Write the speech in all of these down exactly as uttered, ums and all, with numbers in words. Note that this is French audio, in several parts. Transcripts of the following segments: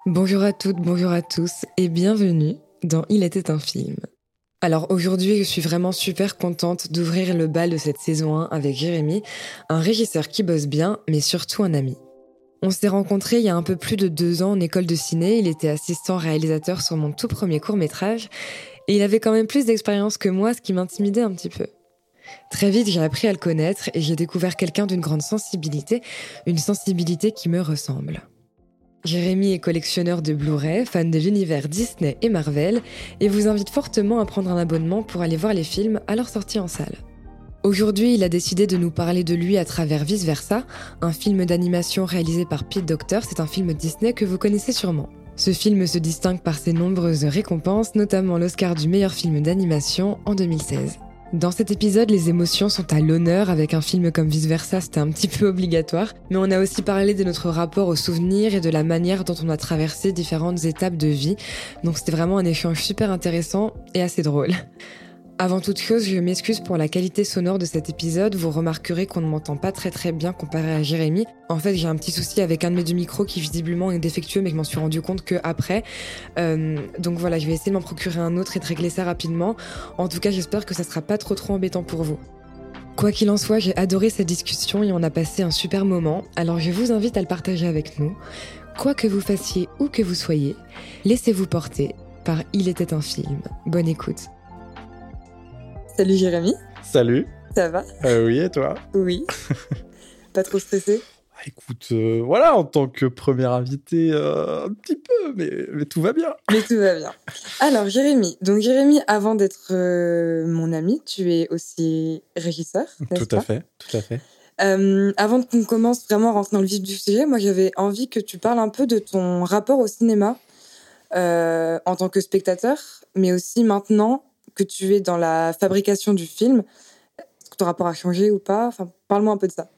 Bonjour à toutes, bonjour à tous et bienvenue dans Il était un film. Alors aujourd'hui, je suis vraiment super contente d'ouvrir le bal de cette saison un avec Jérémy, un régisseur qui bosse bien, mais surtout un ami. On s'est rencontrés il y a un peu plus de deux ans en école de ciné, il était assistant réalisateur sur mon tout premier court-métrage, et il avait quand même plus d'expérience que moi, ce qui m'intimidait un petit peu. Très vite, j'ai appris à le connaître et j'ai découvert quelqu'un d'une grande sensibilité, une sensibilité qui me ressemble. Jérémy est collectionneur de Blu-ray, fan de l'univers Disney et Marvel, et vous invite fortement à prendre un abonnement pour aller voir les films à leur sortie en salle. Aujourd'hui, il a décidé de nous parler de lui à travers Vice Versa, un film d'animation réalisé par Pete Docter. C'est un film Disney que vous connaissez sûrement. Ce film se distingue par ses nombreuses récompenses, notamment l'Oscar du meilleur film d'animation en deux mille seize. Dans cet épisode, les émotions sont à l'honneur. Avec un film comme Vice Versa, c'était un petit peu obligatoire. Mais on a aussi parlé de notre rapport aux souvenirs et de la manière dont on a traversé différentes étapes de vie. Donc c'était vraiment un échange super intéressant et assez drôle. Avant toute chose, je m'excuse pour la qualité sonore de cet épisode. Vous remarquerez qu'on ne m'entend pas très très bien comparé à Jérémy. En fait, j'ai un petit souci avec un de mes deux micros qui visiblement est défectueux, mais je m'en suis rendu compte qu'après. Euh, donc voilà, je vais essayer de m'en procurer un autre et de régler ça rapidement. En tout cas, j'espère que ça sera pas trop trop embêtant pour vous. Quoi qu'il en soit, j'ai adoré cette discussion et on a passé un super moment. Alors je vous invite à le partager avec nous. Quoi que vous fassiez ou que vous soyez, laissez-vous porter par Il était un film. Bonne écoute. Salut Jérémy. Salut. Ça va ? euh, Oui, et toi ? Oui. Pas trop stressé ? Écoute, euh, voilà, en tant que premier invité, euh, un petit peu, mais, mais tout va bien. Mais tout va bien. Alors Jérémy, donc Jérémy, avant d'être euh, mon ami, tu es aussi régisseur, n'est-ce Tout à pas ? fait, tout à fait. Euh, avant qu'on commence vraiment à rentrer dans le vif du sujet, moi j'avais envie que tu parles un peu de ton rapport au cinéma euh, en tant que spectateur, mais aussi maintenant que tu es dans la fabrication du film. Est-ce que ton rapport a changé ou pas ? Enfin, parle-moi un peu de ça.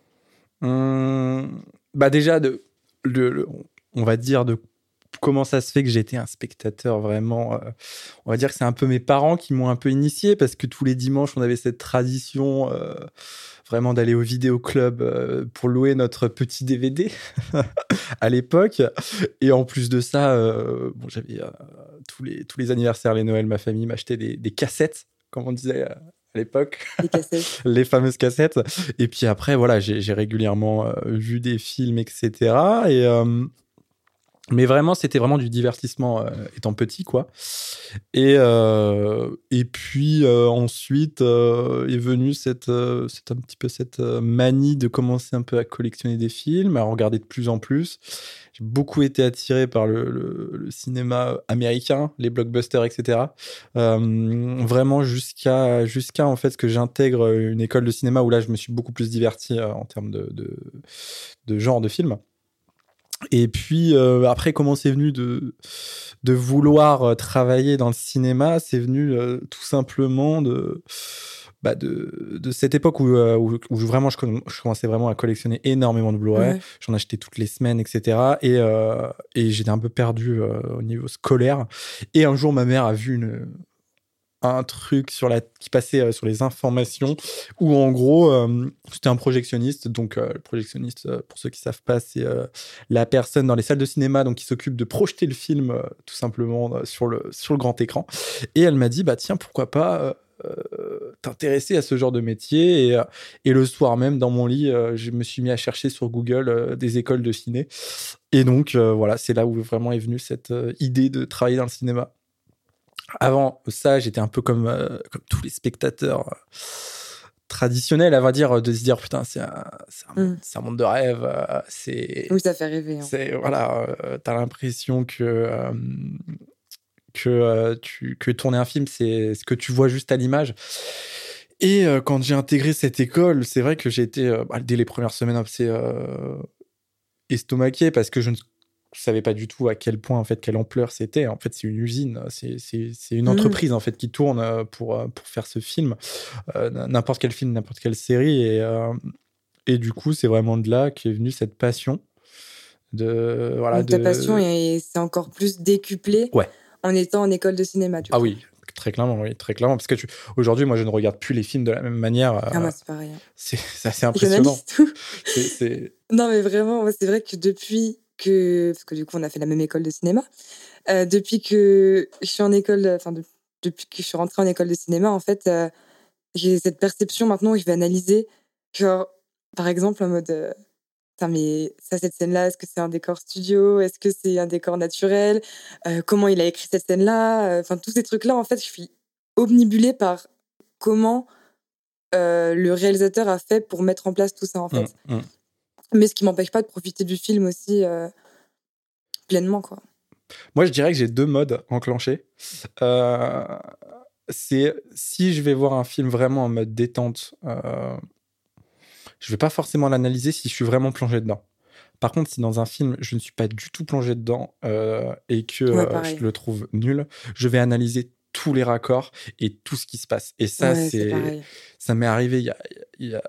Hum, bah déjà, de, de, de, on va dire de comment ça se fait que j'étais un spectateur vraiment... Euh, on va dire que c'est un peu mes parents qui m'ont un peu initié, parce que tous les dimanches, on avait cette tradition euh, vraiment d'aller au vidéoclub euh, pour louer notre petit D V D à l'époque. Et en plus de ça, euh, bon, j'avais euh, tous, les, tous les anniversaires, les Noëls, ma famille m'achetait des, des cassettes, comme on disait euh, à l'époque. Les cassettes. Les fameuses cassettes. Et puis après, voilà, j'ai, j'ai régulièrement euh, vu des films, et cetera. Et... Euh, Mais vraiment, c'était vraiment du divertissement euh, étant petit, quoi. Et, euh, et puis euh, ensuite euh, est venue cette, euh, cette, un petit peu cette euh, manie de commencer un peu à collectionner des films, à regarder de plus en plus. J'ai beaucoup été attiré par le, le, le cinéma américain, les blockbusters, et cetera. Euh, vraiment jusqu'à, jusqu'à en fait, ce que j'intègre une école de cinéma où là, je me suis beaucoup plus diverti euh, en termes de, de, de genre de film. Et puis euh, après, comment c'est venu de, de vouloir euh, travailler dans le cinéma, c'est venu euh, tout simplement de, bah de, de cette époque où, euh, où, où vraiment je, je commençais vraiment à collectionner énormément de Blu-ray. Ouais. J'en achetais toutes les semaines, et cetera. Et, euh, et j'étais un peu perdu euh, au niveau scolaire. Et un jour, ma mère a vu une... un truc sur la qui passait euh, sur les informations où en gros euh, c'était un projectionniste. Donc euh, le projectionniste, euh, pour ceux qui savent pas, c'est euh, la personne dans les salles de cinéma donc qui s'occupe de projeter le film euh, tout simplement euh, sur le sur le grand écran. Et elle m'a dit bah tiens, pourquoi pas euh, euh, t'intéresser à ce genre de métier. Et, euh, et le soir même dans mon lit euh, je me suis mis à chercher sur Google euh, des écoles de ciné. Et donc euh, voilà, c'est là où vraiment est venue cette euh, idée de travailler dans le cinéma. Avant ça, j'étais un peu comme, euh, comme tous les spectateurs euh, traditionnels, à vrai dire, de se dire putain, c'est un, c'est un, mm. c'est un monde de rêve. Euh, c'est, oui, ça fait rêver. Hein. C'est, voilà, euh, t'as l'impression que, euh, que, euh, tu, que tourner un film, c'est ce que tu vois juste à l'image. Et euh, quand j'ai intégré cette école, c'est vrai que j'ai été, euh, bah, dès les premières semaines, assez euh, estomaqué parce que je ne je savais pas du tout à quel point, en fait, quelle ampleur c'était. En fait, c'est une usine, c'est, c'est, c'est une entreprise, mmh. en fait, qui tourne pour, pour faire ce film. Euh, n'importe quel film, n'importe quelle série. Et, euh, et du coup, c'est vraiment de là qu'est venue cette passion. De, voilà, Donc, de... ta passion, est, c'est encore plus décuplée ouais. en étant en école de cinéma, du coup. Ah oui, très clairement, oui, très clairement. Parce que tu... aujourd'hui, moi, je ne regarde plus les films de la même manière. Ah, moi, c'est pareil. C'est, c'est assez impressionnant. Tout. c'est, c'est... Non, mais vraiment, c'est vrai que depuis que... Parce que du coup, on a fait la même école de cinéma. Euh, depuis que je suis en école... Enfin, de, depuis que je suis rentrée en école de cinéma, en fait, euh, j'ai cette perception maintenant où je vais analyser. Genre, par exemple, en mode... Euh, mais ça, cette scène-là, est-ce que c'est un décor studio? Est-ce que c'est un décor naturel? euh, Comment il a écrit cette scène-là? Enfin, tous ces trucs-là, en fait, je suis omnibulée par comment euh, le réalisateur a fait pour mettre en place tout ça, en fait. Mmh, mmh. Mais ce qui m'empêche pas de profiter du film aussi euh, pleinement, quoi. Moi, je dirais que j'ai deux modes enclenchés. Euh, c'est si je vais voir un film vraiment en mode détente, euh, je vais pas forcément l'analyser si je suis vraiment plongé dedans. Par contre, si dans un film, je ne suis pas du tout plongé dedans euh, et que Ouais, euh, pareil. je le trouve nul, je vais analyser tous les raccords et tout ce qui se passe. Et ça, Ouais, c'est c'est, pareil. ça m'est arrivé il y a, il y a...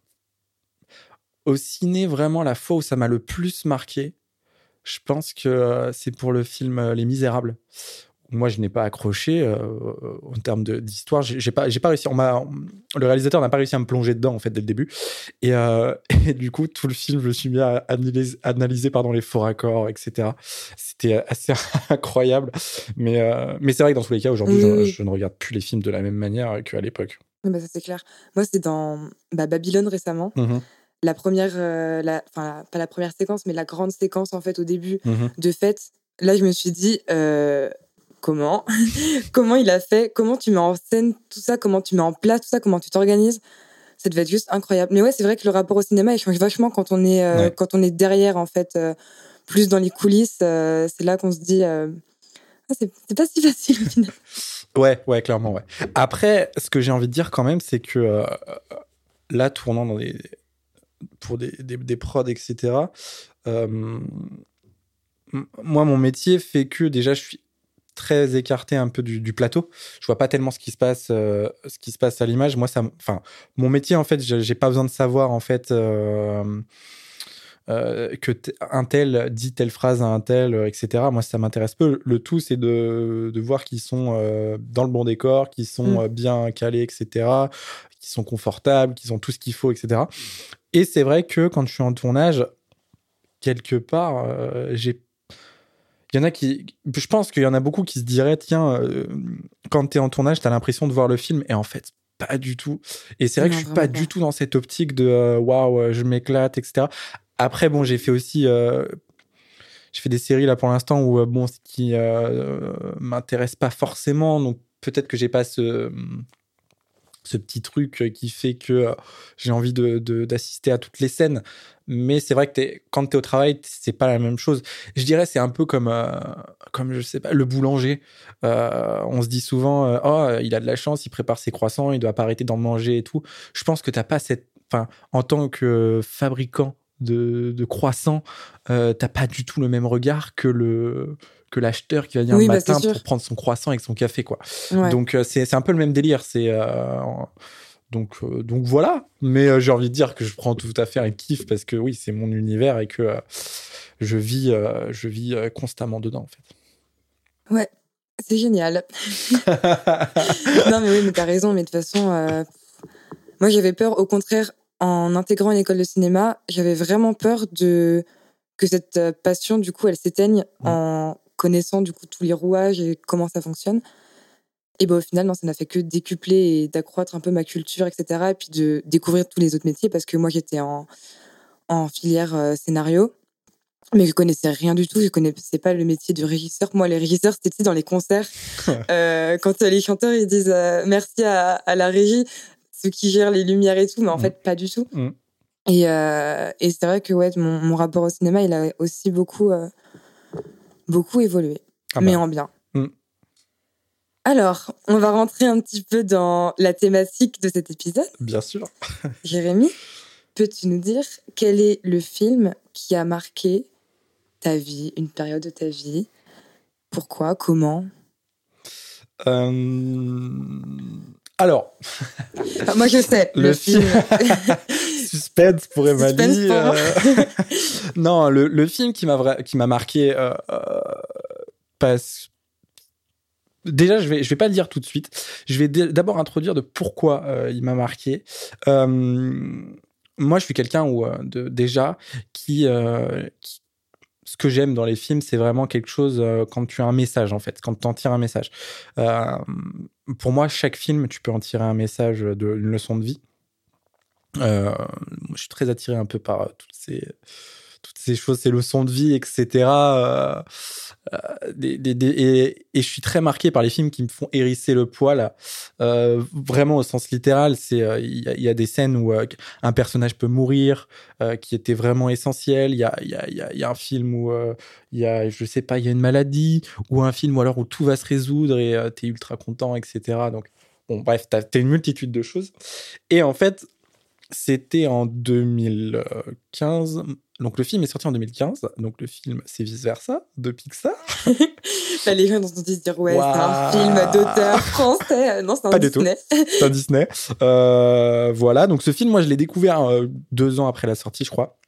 Au ciné, vraiment, la fois où ça m'a le plus marqué, je pense que euh, c'est pour le film euh, Les Misérables. Moi, je n'ai pas accroché euh, en termes de, d'histoire. J'ai, j'ai pas, j'ai pas réussi. On m'a, le réalisateur n'a pas réussi à me plonger dedans en fait dès le début. Et, euh, et du coup, tout le film, je me suis mis à analyser, analyser pardon les faux raccords, et cetera. C'était assez incroyable. Mais, euh, mais c'est vrai que dans tous les cas, aujourd'hui, Oui, je, oui. je ne regarde plus les films de la même manière qu'à l'époque. Oui, bah, ça, c'est clair. Moi, c'est dans bah, Babylone récemment. Mmh. La première, euh, la, enfin, pas la première séquence, mais la grande séquence, en fait, au début Mmh. de fête. Là, je me suis dit, euh, comment Comment il a fait? Comment tu mets en scène tout ça? Comment tu mets en place tout ça? Comment tu t'organises? Ça devait être juste incroyable. Mais ouais, c'est vrai que le rapport au cinéma, il change vachement quand on est, euh, Ouais. quand on est derrière, en fait, euh, plus dans les coulisses. Euh, c'est là qu'on se dit, euh, ah, c'est, c'est pas si facile au final. Ouais, ouais, clairement, ouais. Après, ce que j'ai envie de dire quand même, c'est que euh, là, tournant dans des, pour des, des, des prods, et cetera, euh, m- moi, mon métier fait que déjà, je suis très écarté un peu du, du plateau. Je vois pas tellement ce qui se passe, euh, ce qui se passe à l'image. Moi, ça, m- enfin, mon métier, en fait, j'ai j'ai pas besoin de savoir, en fait, euh, euh, que t- un tel dit telle phrase à un tel, euh, et cetera. Moi, ça m'intéresse peu. Le tout, c'est de, de voir qu'ils sont euh, dans le bon décor, qu'ils sont Mm. euh, bien calés, et cetera, qu'ils sont confortables, qu'ils ont tout ce qu'il faut, et cetera. Et c'est vrai que quand je suis en tournage, quelque part, euh, j'ai il y en a qui, je pense qu'il y en a beaucoup qui se diraient, tiens, euh, quand t'es en tournage, t'as l'impression de voir le film, et en fait, pas du tout. Et c'est vrai que Non, je suis pas vraiment du pas. tout dans cette optique de euh, waouh, euh, je m'éclate, et cetera. Après, bon, j'ai fait aussi, euh, j'ai fait des séries là pour l'instant où euh, bon, ce qui euh, m'intéresse pas forcément, donc peut-être que j'ai pas ce ce petit truc qui fait que euh, j'ai envie de, de- d'assister à toutes les scènes. Mais c'est vrai que t'es, quand tu es au travail, c'est pas la même chose. Je dirais c'est un peu comme, euh, comme je sais pas, le boulanger. Euh, on se dit souvent, euh, oh, il a de la chance, il prépare ses croissants, il doit pas arrêter d'en manger et tout. Je pense que t'as pas cette... Enfin, en tant que fabricant de, de croissants, euh, t'as pas du tout le même regard que le que l'acheteur qui va venir le Oui, bah, c'est matin sûr. pour prendre son croissant avec son café, quoi. Ouais. Donc euh, c'est, c'est un peu le même délire. C'est euh, donc euh, donc voilà. Mais euh, j'ai envie de dire que je prends tout à fait un kiff parce que oui, c'est mon univers et que euh, je vis euh, je vis euh, constamment dedans en fait. Ouais, c'est génial. Non, mais oui, mais t'as raison. Mais de toute façon, euh, moi, j'avais peur, au contraire, en intégrant une école de cinéma, j'avais vraiment peur de que cette euh, passion, du coup, elle s'éteigne Mm. en connaissant, du coup, tous les rouages et comment ça fonctionne. Et bah, au final, non, ça n'a fait que décupler et d'accroître un peu ma culture, et cetera. Et puis de découvrir tous les autres métiers parce que moi, j'étais en, en filière euh, scénario. Mais je connaissais rien du tout, je connaissais pas le métier de régisseur. Moi, les régisseurs, c'était tu sais, dans les concerts. Euh, quand euh, les chanteurs, ils disent euh, merci à, à la régie, ceux qui gèrent les lumières et tout, mais en Mm. fait, pas du tout. Mm. Et, euh, et c'est vrai que ouais, mon, mon rapport au cinéma, il a aussi beaucoup, euh, beaucoup évolué, Ah mais bah. en bien. Mm. Alors, on va rentrer un petit peu dans la thématique de cet épisode. Bien sûr. Jérémy, peux-tu nous dire quel est le film qui a marqué ta vie, une période de ta vie? Pourquoi? Comment? Euh... Alors, Ah, moi, je sais. le, Le film. Suspense pour Emily. Suspense pour moi. euh, non, le, le film qui m'a, vra... qui m'a marqué. Euh, euh, passe... Déjà, je vais, je vais pas le dire tout de suite. Je vais d- d'abord introduire de pourquoi euh, il m'a marqué. Euh, moi, je suis quelqu'un où, euh, de, déjà qui, euh, qui ce que j'aime dans les films, c'est vraiment quelque chose euh, quand tu as un message, en fait, quand tu en tires un message. Euh, pour moi, chaque film, tu peux en tirer un message, de, une leçon de vie. Euh, je suis très attiré un peu par euh, toutes ces, toutes ces choses, ces leçons de vie, et cetera. Euh, euh, des, des, des, et, et je suis très marqué par les films qui me font hérisser le poil. Euh, vraiment, au sens littéral, c'est il euh, y, a, y a des scènes où euh, un personnage peut mourir, euh, qui était vraiment essentiel. Il y a, y, a, y, a, y a un film où il euh, y a, je sais pas, il y a une maladie, ou un film où alors où tout va se résoudre et euh, t'es ultra content, et cetera. Donc, bon, bref, t'as, t'as une multitude de choses. Et en fait, c'était en deux mille quinze. Donc, le film est sorti en deux mille quinze. Donc, le film, c'est Vice Versa de Pixar. Là, les gens ont entendu dire, ouais, wow. C'est un film d'auteur français. Non, c'est un Pas Disney. Du tout. C'est un Disney. Euh, voilà. Donc, ce film, moi, je l'ai découvert euh, deux ans après la sortie, je crois.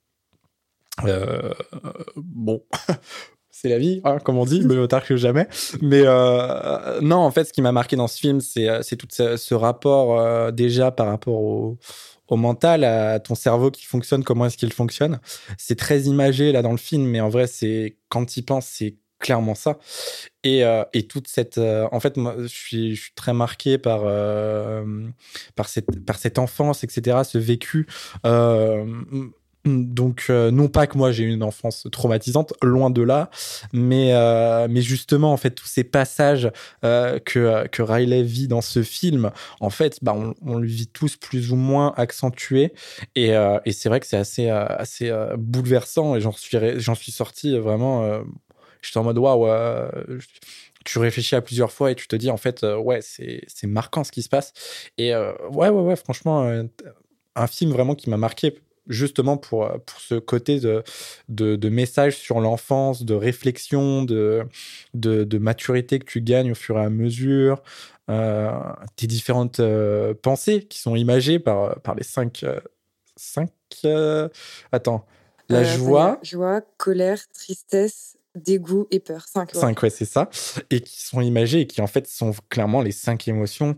Euh, bon. C'est la vie, hein, comme on dit, mieux tard que jamais. Mais euh, non, en fait, ce qui m'a marqué dans ce film, c'est, c'est tout ce, ce rapport euh, déjà par rapport au, au mental, à ton cerveau qui fonctionne, comment est-ce qu'il fonctionne. C'est très imagé là dans le film, mais en vrai, c'est quand tu y penses, c'est clairement ça. Et, euh, et toute cette... Euh, en fait, moi, je suis, je suis très marqué par, euh, par, cette, par cette enfance, et cetera, ce vécu... Euh, Donc, euh, non pas que moi j'ai eu une enfance traumatisante, loin de là, mais, euh, mais justement, en fait, tous ces passages euh, que, que Riley vit dans ce film, en fait, bah, on, on le vit tous plus ou moins accentués. Et, euh, et c'est vrai que c'est assez, euh, assez euh, bouleversant. Et j'en suis, j'en suis sorti vraiment. Euh, j'étais en mode waouh. Euh, tu réfléchis à plusieurs fois et tu te dis, en fait, euh, ouais, c'est, c'est marquant ce qui se passe. Et euh, ouais, ouais, ouais, franchement, euh, un film vraiment qui m'a marqué. Justement pour, pour ce côté de, de, de message sur l'enfance, de réflexion, de, de, de maturité que tu gagnes au fur et à mesure, euh, tes différentes euh, pensées qui sont imagées par, par les cinq... Euh, cinq euh, attends, la euh, joie... Attends, joie, colère, tristesse, dégoût et peur. Cinq, ouais. Cinq, ouais, c'est ça. Et qui sont imagées et qui, en fait, sont clairement les cinq émotions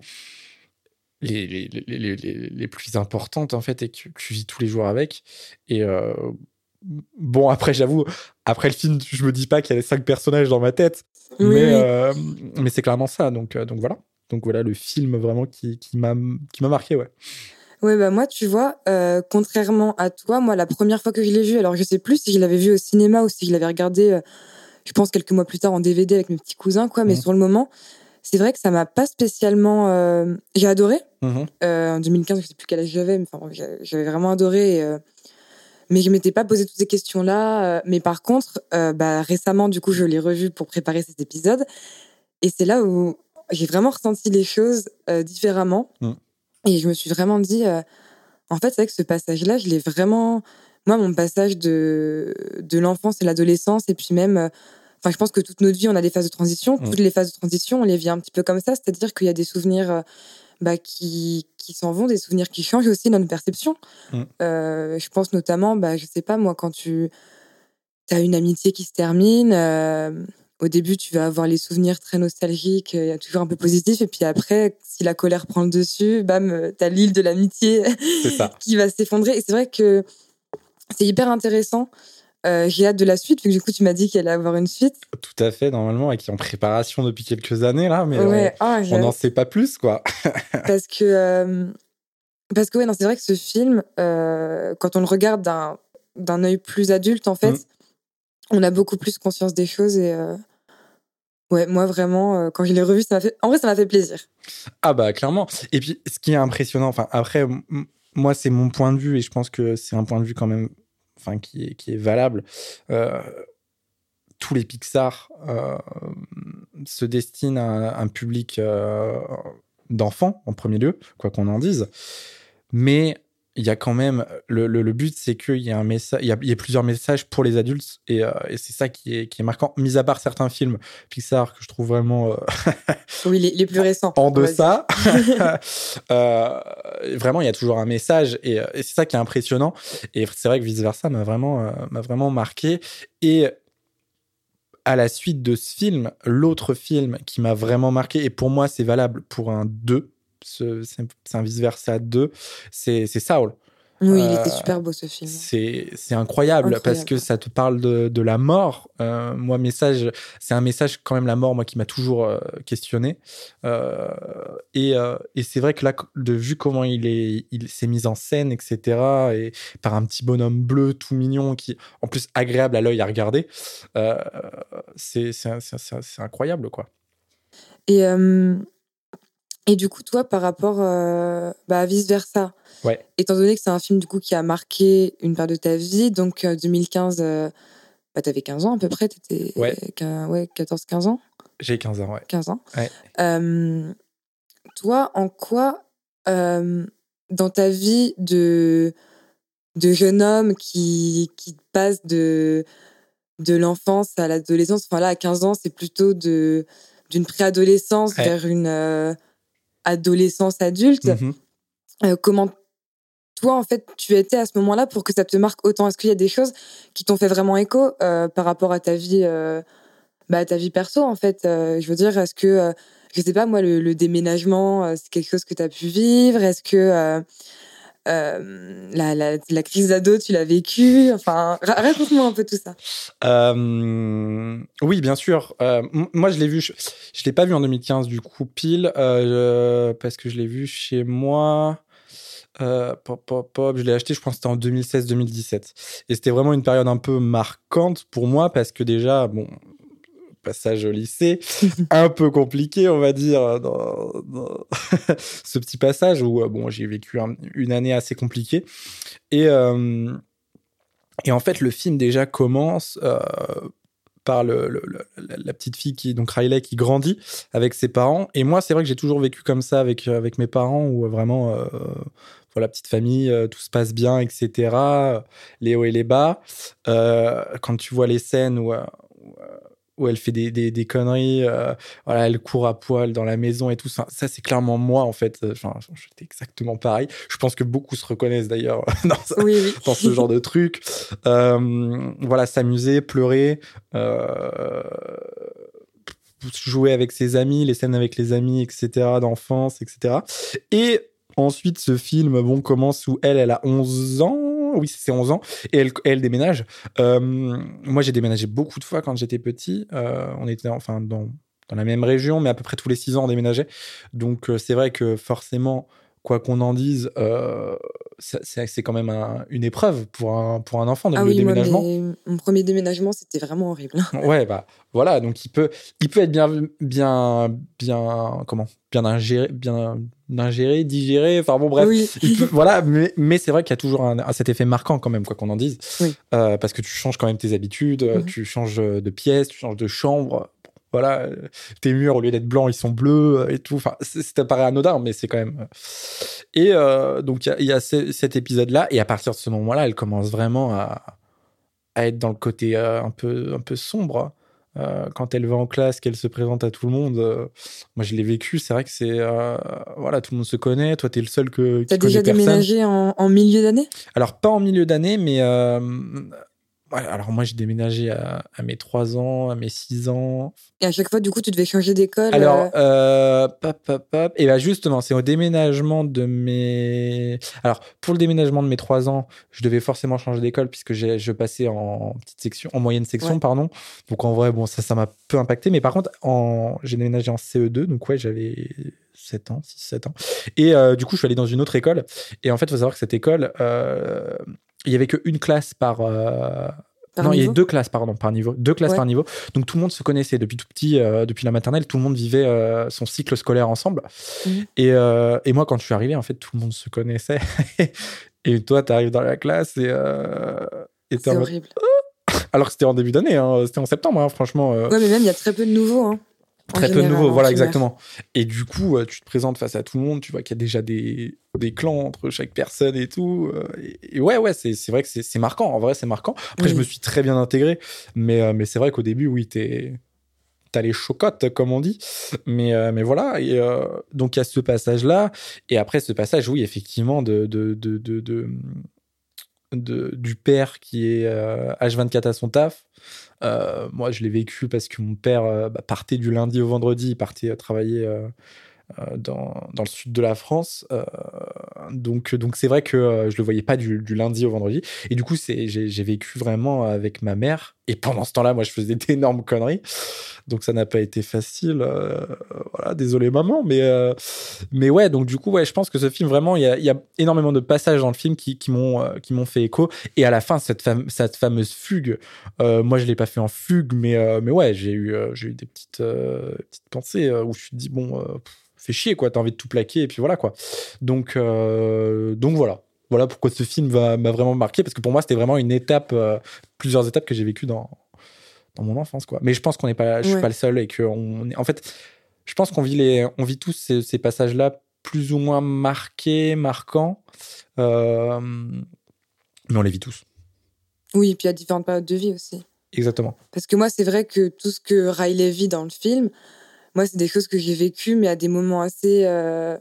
Les, les, les, les, les plus importantes, en fait, et que tu vis tous les jours avec. Et euh, bon, après, j'avoue, après le film, je me dis pas qu'il y a les cinq personnages dans ma tête, oui, mais, oui. Euh, mais c'est clairement ça. Donc, euh, donc voilà. Donc voilà, le film vraiment qui, qui, m'a, qui m'a marqué, ouais. Ouais, bah moi, tu vois, euh, contrairement à toi, moi, la première fois que je l'ai vu, alors je sais plus si je l'avais vu au cinéma ou si je l'avais regardé, euh, je pense, quelques mois plus tard en D V D avec mes petits cousins, quoi, mais mmh. sur le moment... C'est vrai que ça m'a pas spécialement... Euh... J'ai adoré. Mmh. Euh, en deux mille quinze, je sais plus quel âge j'avais, mais enfin, j'avais vraiment adoré. Et, euh... Mais je m'étais pas posé toutes ces questions-là. Euh... Mais par contre, euh, bah, récemment, du coup, je l'ai revu pour préparer cet épisode. Et c'est là où j'ai vraiment ressenti les choses euh, différemment. Mmh. Et je me suis vraiment dit... Euh... En fait, c'est vrai que ce passage-là, je l'ai vraiment... Moi, mon passage de, de l'enfance et l'adolescence, et puis même... Euh... Enfin, je pense que toute notre vie, on a des phases de transition. Mmh. Toutes les phases de transition, on les vit un petit peu comme ça. C'est-à-dire qu'il y a des souvenirs euh, bah, qui, qui s'en vont, des souvenirs qui changent aussi notre perception. Mmh. Euh, je pense notamment, bah, je sais pas, moi, quand tu as une amitié qui se termine, euh, au début, tu vas avoir les souvenirs très nostalgiques, il y a toujours un peu positif. Et puis après, si la colère prend le dessus, bam, t'as l'île de l'amitié qui va s'effondrer. Et c'est vrai que c'est hyper intéressant. Euh, j'ai hâte de la suite, vu que du coup tu m'as dit qu'elle allait avoir une suite. Tout à fait, normalement, et qui est en préparation depuis quelques années là, mais ouais. on oh, n'en sait pas plus, quoi. parce que euh, parce que ouais, non, c'est vrai que ce film, euh, quand on le regarde d'un d'un œil plus adulte, en fait, mmh. on a beaucoup plus conscience des choses et euh, ouais, moi vraiment, euh, quand je l'ai revu, ça m'a fait, en vrai, ça m'a fait plaisir. Ah bah clairement. Et puis, ce qui est impressionnant, enfin après, m- moi c'est mon point de vue et je pense que c'est un point de vue quand même. Enfin, qui est, qui est valable. Euh, tous les Pixar euh, se destinent à un public euh, d'enfants, en premier lieu, quoi qu'on en dise. Mais il y a quand même... Le, le, le but, c'est qu'il y a un message, il y a, il y a plusieurs messages pour les adultes, et, euh, et c'est ça qui est, qui est marquant, mis à part certains films Pixar que je trouve vraiment... Euh, oui, les, les plus récents. En deçà. euh, vraiment, il y a toujours un message, et, et c'est ça qui est impressionnant. Et c'est vrai que Vice Versa m'a vraiment, euh, m'a vraiment marqué. Et à la suite de ce film, l'autre film qui m'a vraiment marqué, et pour moi, c'est valable pour un deux, ce, c'est, c'est un Vice Versa deux, c'est, c'est Saul. Oui, il Euh, était super beau ce film. c'est, c'est incroyable, Incroyable. parce que ça te parle de, de la mort. Euh, moi, message, c'est un message quand même, la mort, moi, qui m'a toujours euh, questionné. Euh, et, euh, et c'est vrai que là, de vu comment il est, il s'est mis en scène, et cetera, et par un petit bonhomme bleu tout mignon, qui, en plus, agréable à l'œil à regarder, euh, c'est, c'est, c'est, c'est, c'est incroyable, quoi. Et, euh, et du coup, toi, par rapport euh, bah, à Vice Versa, Ouais. étant donné que c'est un film du coup qui a marqué une part de ta vie, donc euh, deux mille quinze, euh, bah, t'avais quinze ans à peu près, t'étais Ouais. ouais, quatorze quinze ans. J'ai quinze ans, ouais. quinze ans. Ouais. Euh, toi, en quoi, euh, dans ta vie de, de jeune homme qui, qui passe de, de l'enfance à l'adolescence, enfin là, à quinze ans, c'est plutôt de, d'une préadolescence Ouais. vers une euh, adolescence adulte, Mm-hmm. euh, comment toi, en fait, tu étais à ce moment-là pour que ça te marque autant? Est-ce qu'il y a des choses qui t'ont fait vraiment écho euh, par rapport à ta vie, euh, bah, à ta vie perso, en fait? Euh, je veux dire, est-ce que, euh, je sais pas, moi, le, le déménagement, euh, c'est quelque chose que tu as pu vivre? Est-ce que euh, euh, la, la, la crise d'ado, tu l'as vécue? Enfin, ra- raconte-moi un peu tout ça. Euh, oui, bien sûr. Euh, m- moi, je l'ai vu. Je, je l'ai pas vu en deux mille quinze, du coup, pile, euh, parce que je l'ai vu chez moi. Euh, pop, pop, pop. Je l'ai acheté, je pense, que c'était en deux mille seize deux mille dix-sept. Et c'était vraiment une période un peu marquante pour moi, parce que déjà, bon, passage au lycée, un peu compliqué, on va dire, dans, dans ce petit passage où, bon, j'ai vécu un, une année assez compliquée. Et, euh, et en fait, le film déjà commence euh, par le, le, le, la petite fille qui, donc Riley, qui grandit avec ses parents. Et moi, c'est vrai que j'ai toujours vécu comme ça avec, avec mes parents, où vraiment, euh, voilà, petite famille, euh, tout se passe bien, et cetera. Les hauts et les bas. Euh, quand tu vois les scènes où, euh, où elle fait des, des, des conneries, euh, voilà, elle court à poil dans la maison et tout ça, ça c'est clairement moi, en fait. Enfin, j'étais exactement pareil. Je pense que beaucoup se reconnaissent d'ailleurs dans, ça, Oui, oui. dans ce genre de truc. Euh, voilà, s'amuser, pleurer, euh, jouer avec ses amis, les scènes avec les amis, et cetera, d'enfance, et cetera. Et ensuite, ce film, bon, commence où elle, elle a onze ans. Oui, c'est onze ans. Et elle, elle déménage. Euh, moi, j'ai déménagé beaucoup de fois quand j'étais petit. Euh, on était enfin dans, dans la même région, mais à peu près tous les six ans, on déménageait. Donc, euh, c'est vrai que forcément, quoi qu'on en dise, euh, c'est, c'est quand même un, une épreuve pour un, pour un enfant, Ah le oui, déménagement. moi, mais mon premier déménagement, c'était vraiment horrible. Ouais, bah voilà, donc il peut, il peut être bien, bien, bien, comment, bien ingéré, bien ingéré, digéré. Enfin bon, bref, Oui. il peut, voilà, mais, mais c'est vrai qu'il y a toujours un, un- cet effet marquant quand même, quoi qu'on en dise, Oui. euh, parce que tu changes quand même tes habitudes, Mhm. tu changes de pièce, tu changes de chambre. Voilà, euh, tes murs au lieu d'être blancs, ils sont bleus et tout. Enfin, c'est, ça paraît anodin, mais c'est quand même. Et euh, donc il y a, il y a ce- cet épisode-là, et à partir de ce moment-là, elle commence vraiment à à être dans le côté euh, un peu un peu sombre euh, quand elle va en classe, qu'elle se présente à tout le monde. Euh, moi, je l'ai vécu. C'est vrai que c'est euh, voilà, tout le monde se connaît. Toi, t'es le seul que, T'as qui connaît déjà personne. déménagé en, en milieu d'année? Alors pas en milieu d'année, mais euh, ouais, alors moi j'ai déménagé à, à mes trois ans, à mes six ans. Et à chaque fois, du coup, tu devais changer d'école? Alors, euh... euh, pop, pop, pop. Et bien justement, c'est au déménagement de mes... Alors, pour le déménagement de mes trois ans, je devais forcément changer d'école puisque j'ai, je passais en petite section, en moyenne section, Ouais. pardon. Donc en vrai, bon, ça, ça m'a peu impacté. Mais par contre, en... j'ai déménagé en C E deux, donc ouais, j'avais sept ans, six sept ans. Et euh, du coup, je suis allé dans une autre école. Et en fait, il faut savoir que cette école, euh, il y avait qu'une classe par... Euh... Par non, niveau? il y avait deux classes, pardon, par niveau. Deux classes Ouais. par niveau. Donc tout le monde se connaissait depuis tout petit, euh, depuis la maternelle, tout le monde vivait euh, son cycle scolaire ensemble. Mmh. Et, euh, et moi, quand je suis arrivé, en fait, tout le monde se connaissait. Et toi, tu arrives dans la classe et euh, et t'es C'est en mode... horrible. Alors que c'était en début d'année, hein, c'était en septembre, hein, franchement. euh, Ouais, mais même, il y a très peu de nouveaux. Hein, en Très peu de général, nouveaux, en voilà, primaire. exactement. Et du coup, euh, tu te présentes face à tout le monde, tu vois qu'il y a déjà des, des clans entre chaque personne et tout. euh, et, et ouais, ouais, c'est, c'est vrai que c'est, c'est marquant. En vrai, c'est marquant. Après, Oui. je me suis très bien intégré. Mais, euh, mais c'est vrai qu'au début, oui, t'es, t'as les chocottes, comme on dit. Mais, euh, mais voilà. Et euh, donc, il y a ce passage-là. Et après, ce passage, oui, effectivement, de, de, de, de, de, de- du père qui est euh, H vingt-quatre à son taf. Euh, moi, je l'ai vécu parce que mon père euh, bah, partait du lundi au vendredi, il partait euh, travailler euh, euh, dans, dans le sud de la France. Euh, donc, donc c'est vrai que euh, je le voyais pas du, du lundi au vendredi. Et du coup, c'est, j'ai, j'ai vécu vraiment avec ma mère. Et pendant ce temps-là, moi, je faisais d'énormes conneries. Donc, ça n'a pas été facile. Euh, voilà, désolé, maman. Mais, euh, mais ouais, donc du coup, ouais, je pense que ce film, vraiment, il y a, il y a énormément de passages dans le film qui, qui, m'ont, euh, qui m'ont fait écho. Et à la fin, cette, fame, cette fameuse fugue, euh, moi, je l'ai pas fait en fugue, mais, euh, mais ouais, j'ai eu, euh, j'ai eu des petites, euh, petites pensées euh, où je me suis dit, bon, euh, pff, fais chier, quoi. T'as envie de tout plaquer, et puis voilà, quoi. Donc, euh, donc voilà. Voilà pourquoi ce film va, m'a vraiment marqué, parce que pour moi, c'était vraiment une étape, euh, plusieurs étapes que j'ai vécues dans, dans mon enfance, quoi. Mais je pense qu'on n'est pas, je suis Ouais. pas le seul et que on est, en fait, je pense qu'on vit les, on vit tous ces, ces passages-là plus ou moins marqués, marquants, euh, mais on les vit tous. Oui, et puis il y a différentes périodes de vie aussi. Exactement. Parce que moi, c'est vrai que tout ce que Riley vit dans le film, moi, c'est des choses que j'ai vécues, mais à des moments assez, euh,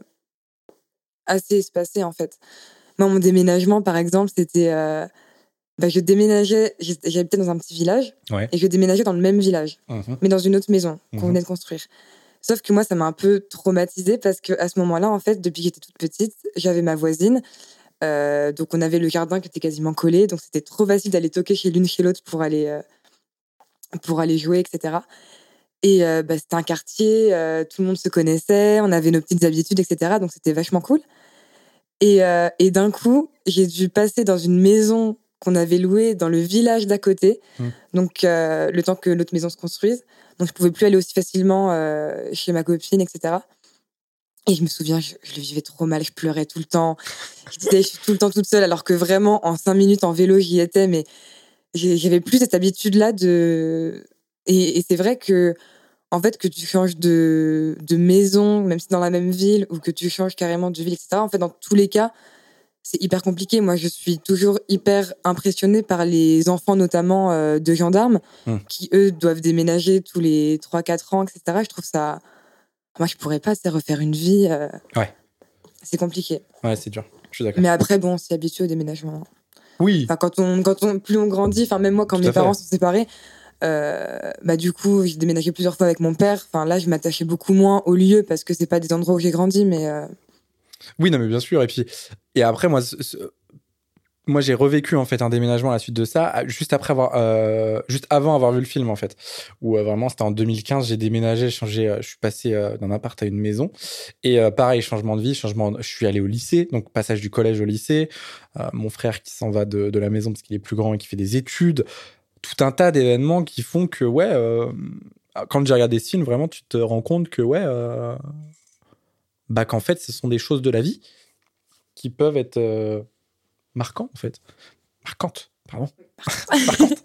assez espacés, en fait. Moi, mon déménagement, par exemple, c'était... Euh, bah, je déménageais... J'habitais dans un petit village, Ouais. et je déménageais dans le même village, Mmh. mais dans une autre maison qu'on Mhm. venait de construire. Sauf que moi, ça m'a un peu traumatisée, parce qu'à ce moment-là, en fait, depuis que j'étais toute petite, j'avais ma voisine. Euh, donc, on avait le jardin qui était quasiment collé, donc c'était trop facile d'aller toquer chez l'une chez l'autre pour aller, euh, pour aller jouer, et cetera. Et euh, bah, c'était un quartier, euh, tout le monde se connaissait, on avait nos petites habitudes, et cetera. Donc, c'était vachement cool. Et, euh, et d'un coup, j'ai dû passer dans une maison qu'on avait louée dans le village d'à côté, Mmh. donc euh, le temps que l'autre maison se construise. Donc, je pouvais plus aller aussi facilement euh, chez ma copine, et cetera. Et je me souviens, je, je le vivais trop mal, je pleurais tout le temps. Je disais, je suis tout le temps toute seule, alors que vraiment, en cinq minutes en vélo, j'y étais, mais j'avais plus cette habitude-là de... Et, et c'est vrai que, en fait, que tu changes de, de maison, même si dans la même ville, ou que tu changes carrément de ville, et cetera, en fait, dans tous les cas, c'est hyper compliqué. Moi, je suis toujours hyper impressionnée par les enfants, notamment euh, de gendarmes, Mmh. qui, eux, doivent déménager tous les trois quatre ans, et cetera. Je trouve ça... Moi, je pourrais pas, c'est refaire une vie. Euh... Ouais. C'est compliqué. Ouais, c'est dur. Je suis d'accord. Mais après, bon, on s'y habitue au déménagement. Oui. Enfin, quand on, quand on, plus on grandit, enfin, même moi, quand Tout mes à fait. parents sont séparés, euh, bah, du coup, j'ai déménagé plusieurs fois avec mon père. Enfin, là, je m'attachais beaucoup moins aux lieux parce que c'est pas des endroits où j'ai grandi, mais. Euh... Oui, non, mais bien sûr. Et puis, et après, moi, ce, ce, moi, j'ai revécu en fait un déménagement à la suite de ça, juste après avoir, euh, juste avant avoir vu le film en fait, où euh, vraiment c'était en deux mille quinze, j'ai déménagé, changé, euh, je suis passé euh, d'un appart à une maison, et euh, pareil, changement de vie, changement, de, je suis allé au lycée, donc passage du collège au lycée, euh, mon frère qui s'en va de, de la maison parce qu'il est plus grand et qui fait des études, tout un tas d'événements qui font que ouais, euh, quand j'ai regardé ce film, vraiment, tu te rends compte que ouais, euh, bah qu'en fait, ce sont des choses de la vie qui peuvent être euh, marquants en fait. Marquante, pardon. Marquante.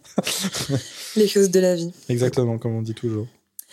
Les choses de la vie. Exactement, comme on dit toujours.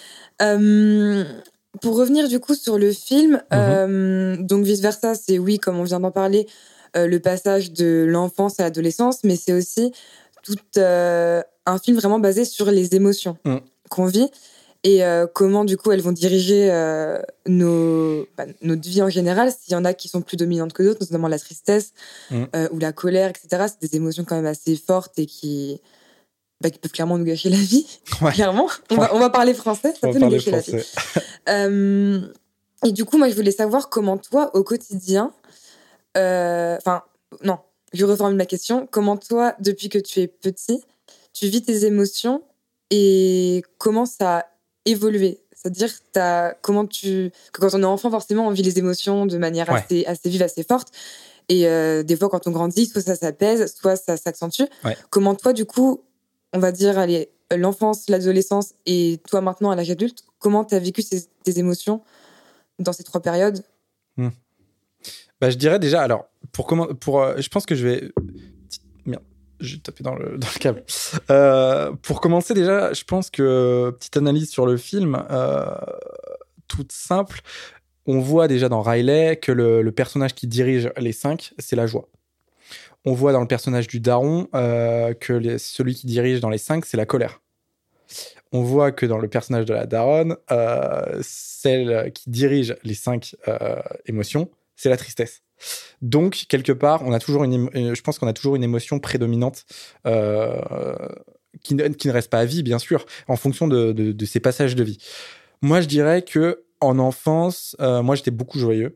Euh, pour revenir du coup sur le film, Mm-hmm. euh, donc vice versa, c'est oui, comme on vient d'en parler, euh, le passage de l'enfance à l'adolescence, mais c'est aussi tout euh, un film vraiment basé sur les émotions mm. qu'on vit et euh, comment du coup elles vont diriger euh, nos, bah, notre vie en général. S'il y en a qui sont plus dominantes que d'autres, notamment la tristesse mm. euh, ou la colère, et cetera. C'est des émotions quand même assez fortes et qui, bah, qui peuvent clairement nous gâcher la vie. Ouais. Clairement, on va, on va parler français, ça on peut nous gâcher français. la vie. euh, et du coup, moi, je voulais savoir comment toi, au quotidien, enfin, euh, non, je reformule ma question. Comment toi, depuis que tu es petit, tu vis tes émotions et comment ça a évolué? C'est-à-dire t'as, comment tu, que quand on est enfant, forcément, on vit les émotions de manière Ouais. assez, assez vive, assez forte. Et euh, des fois, quand on grandit, soit ça s'apaise, soit ça s'accentue. Ouais. Comment toi, du coup, on va dire, allez, l'enfance, l'adolescence et toi maintenant à l'âge adulte, comment tu as vécu ces, tes émotions dans ces trois périodes? hmm. Bah, je dirais déjà, alors, pour comment, pour, euh, je pense que je vais... Merde, j'ai tapé dans le, dans le câble. Euh, pour commencer déjà, je pense que, petite analyse sur le film, euh, toute simple, on voit déjà dans Riley que le, le personnage qui dirige les cinq, c'est la joie. On voit dans le personnage du daron euh, que les, celui qui dirige dans les cinq, c'est la colère. On voit que dans le personnage de la daronne, euh, celle qui dirige les cinq euh, émotions, c'est la tristesse. Donc, quelque part, on a toujours une, je pense qu'on a toujours une émotion prédominante euh, qui, ne, qui ne reste pas à vie, bien sûr, en fonction de, de, de ces passages de vie. Moi, je dirais que en enfance, euh, moi, j'étais beaucoup joyeux.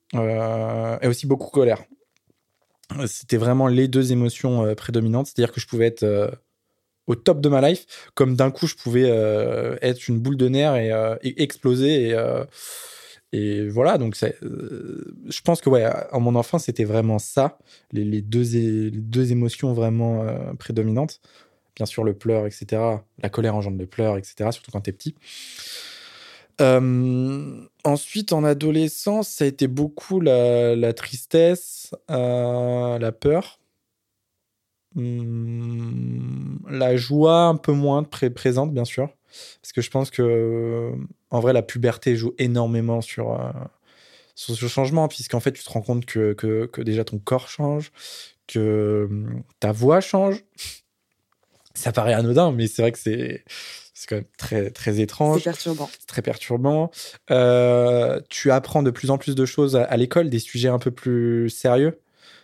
euh, et aussi beaucoup colère. C'était vraiment les deux émotions euh, prédominantes. C'est-à-dire que je pouvais être euh, au top de ma life, comme d'un coup, je pouvais euh, être une boule de nerfs et, euh, et exploser. Et, euh, et voilà, donc c'est, euh, je pense que ouais, en mon enfance, c'était vraiment ça, les, les, deux, é- les deux émotions vraiment euh, prédominantes. Bien sûr, le pleur, et cetera. La colère engendre le pleur, et cetera, surtout quand t'es petit. Euh, ensuite, en adolescence, ça a été beaucoup la, la tristesse, euh, la peur. Hum, la joie un peu moins pré- présente, bien sûr. Parce que je pense que, euh, en vrai, la puberté joue énormément sur, euh, sur ce changement, puisqu'en fait, tu te rends compte que, que, que déjà ton corps change, que hum, ta voix change. Ça paraît anodin, mais c'est vrai que c'est, c'est quand même très, très C'est étrange. perturbant. C'est très perturbant. Euh, tu apprends de plus en plus de choses à, à l'école, des sujets un peu plus sérieux.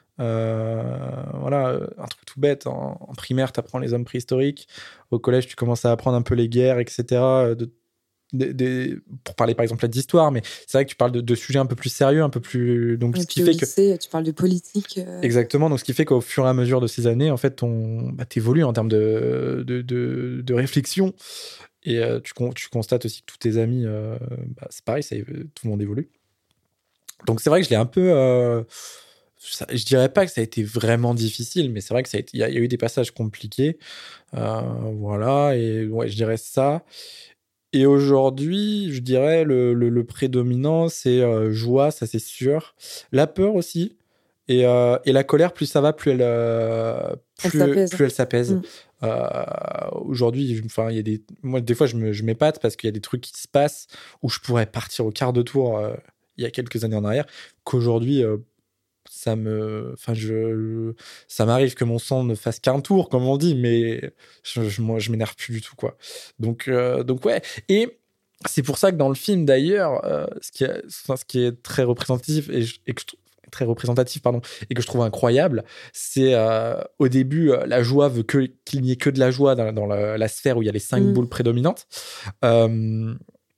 Euh, voilà, un truc tout bête. En, en primaire, tu apprends les hommes préhistoriques. Au collège, tu commences à apprendre un peu les guerres, et cetera. De, de- de- pour parler par exemple d'histoire, mais c'est vrai que tu parles de, de sujets un peu plus sérieux, un peu plus. Donc, Et ce qui puis au fait que. lycée, tu parles de politique. euh, Exactement, donc ce qui fait qu'au fur et à mesure de ces années, en fait, on, bah, t'évolues en termes de, de, de, de réflexion. Et euh, tu, con- tu constates aussi que tous tes amis, euh, bah, c'est pareil, ça, évo- tout le monde évolue. Donc c'est vrai que je l'ai un peu. Euh, ça- je dirais pas que ça a été vraiment difficile, mais c'est vrai que ça a été, il y, a il y a eu des passages compliqués. Euh, voilà, et ouais, je dirais ça. Et aujourd'hui, je dirais le, le, le prédominant, c'est euh, joie, ça c'est sûr. La peur aussi. Et, euh, et la colère, plus ça va, plus elle, euh, Elle plus, s'apaise. plus elle s'apaise. Mm. Euh, aujourd'hui, je- enfin, il y a des, moi, des fois, je me, je m'épate parce qu'il y a des trucs qui se passent où je pourrais partir au quart de tour euh, il y a quelques années en arrière, qu'aujourd'hui, euh, ça me, enfin, je, ça m'arrive que mon sang ne fasse qu'un tour, comme on dit, mais je, je, moi, je m'énerve plus du tout, quoi. Donc, euh, donc ouais. Et c'est pour ça que dans le film, d'ailleurs, euh, ce qui est, enfin, ce qui est très représentatif et, je- et que je trouve très représentatif, pardon, et que je trouve incroyable, c'est euh, au début, euh, la joie veut que qu'il n'y ait que de la joie dans, dans la, la sphère où il y a les cinq Mm. boules prédominantes, euh,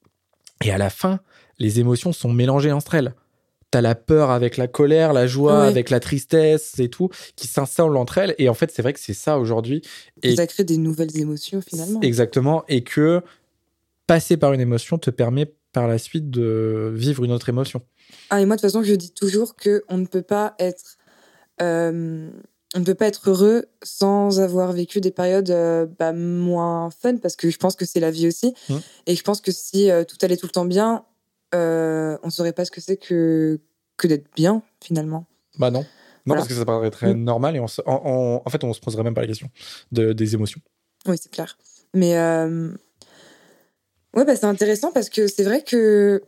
et à la fin, les émotions sont mélangées entre elles. T'as la peur avec la colère, la joie Ouais. avec la tristesse et tout, qui s'installent entre elles. Et en fait, c'est vrai que c'est ça aujourd'hui. Et Et ça crée des nouvelles émotions finalement. exactement. Et que passer par une émotion te permet par la suite de vivre une autre émotion. Ah, et moi, de toute façon, je dis toujours qu'on ne peut pas être, euh, on ne peut pas être heureux sans avoir vécu des périodes euh, bah, moins fun, parce que je pense que c'est la vie aussi. Mmh. Et je pense que si euh, tout allait tout le temps bien, euh, on ne saurait pas ce que c'est que, que d'être bien, finalement. Bah non. Non, Voilà. parce que ça paraît très Mmh. normal et on, se- en, en- en fait, on se poserait même pas la question de, des émotions. Oui, c'est clair. Mais euh, ouais, bah, c'est intéressant parce que c'est vrai que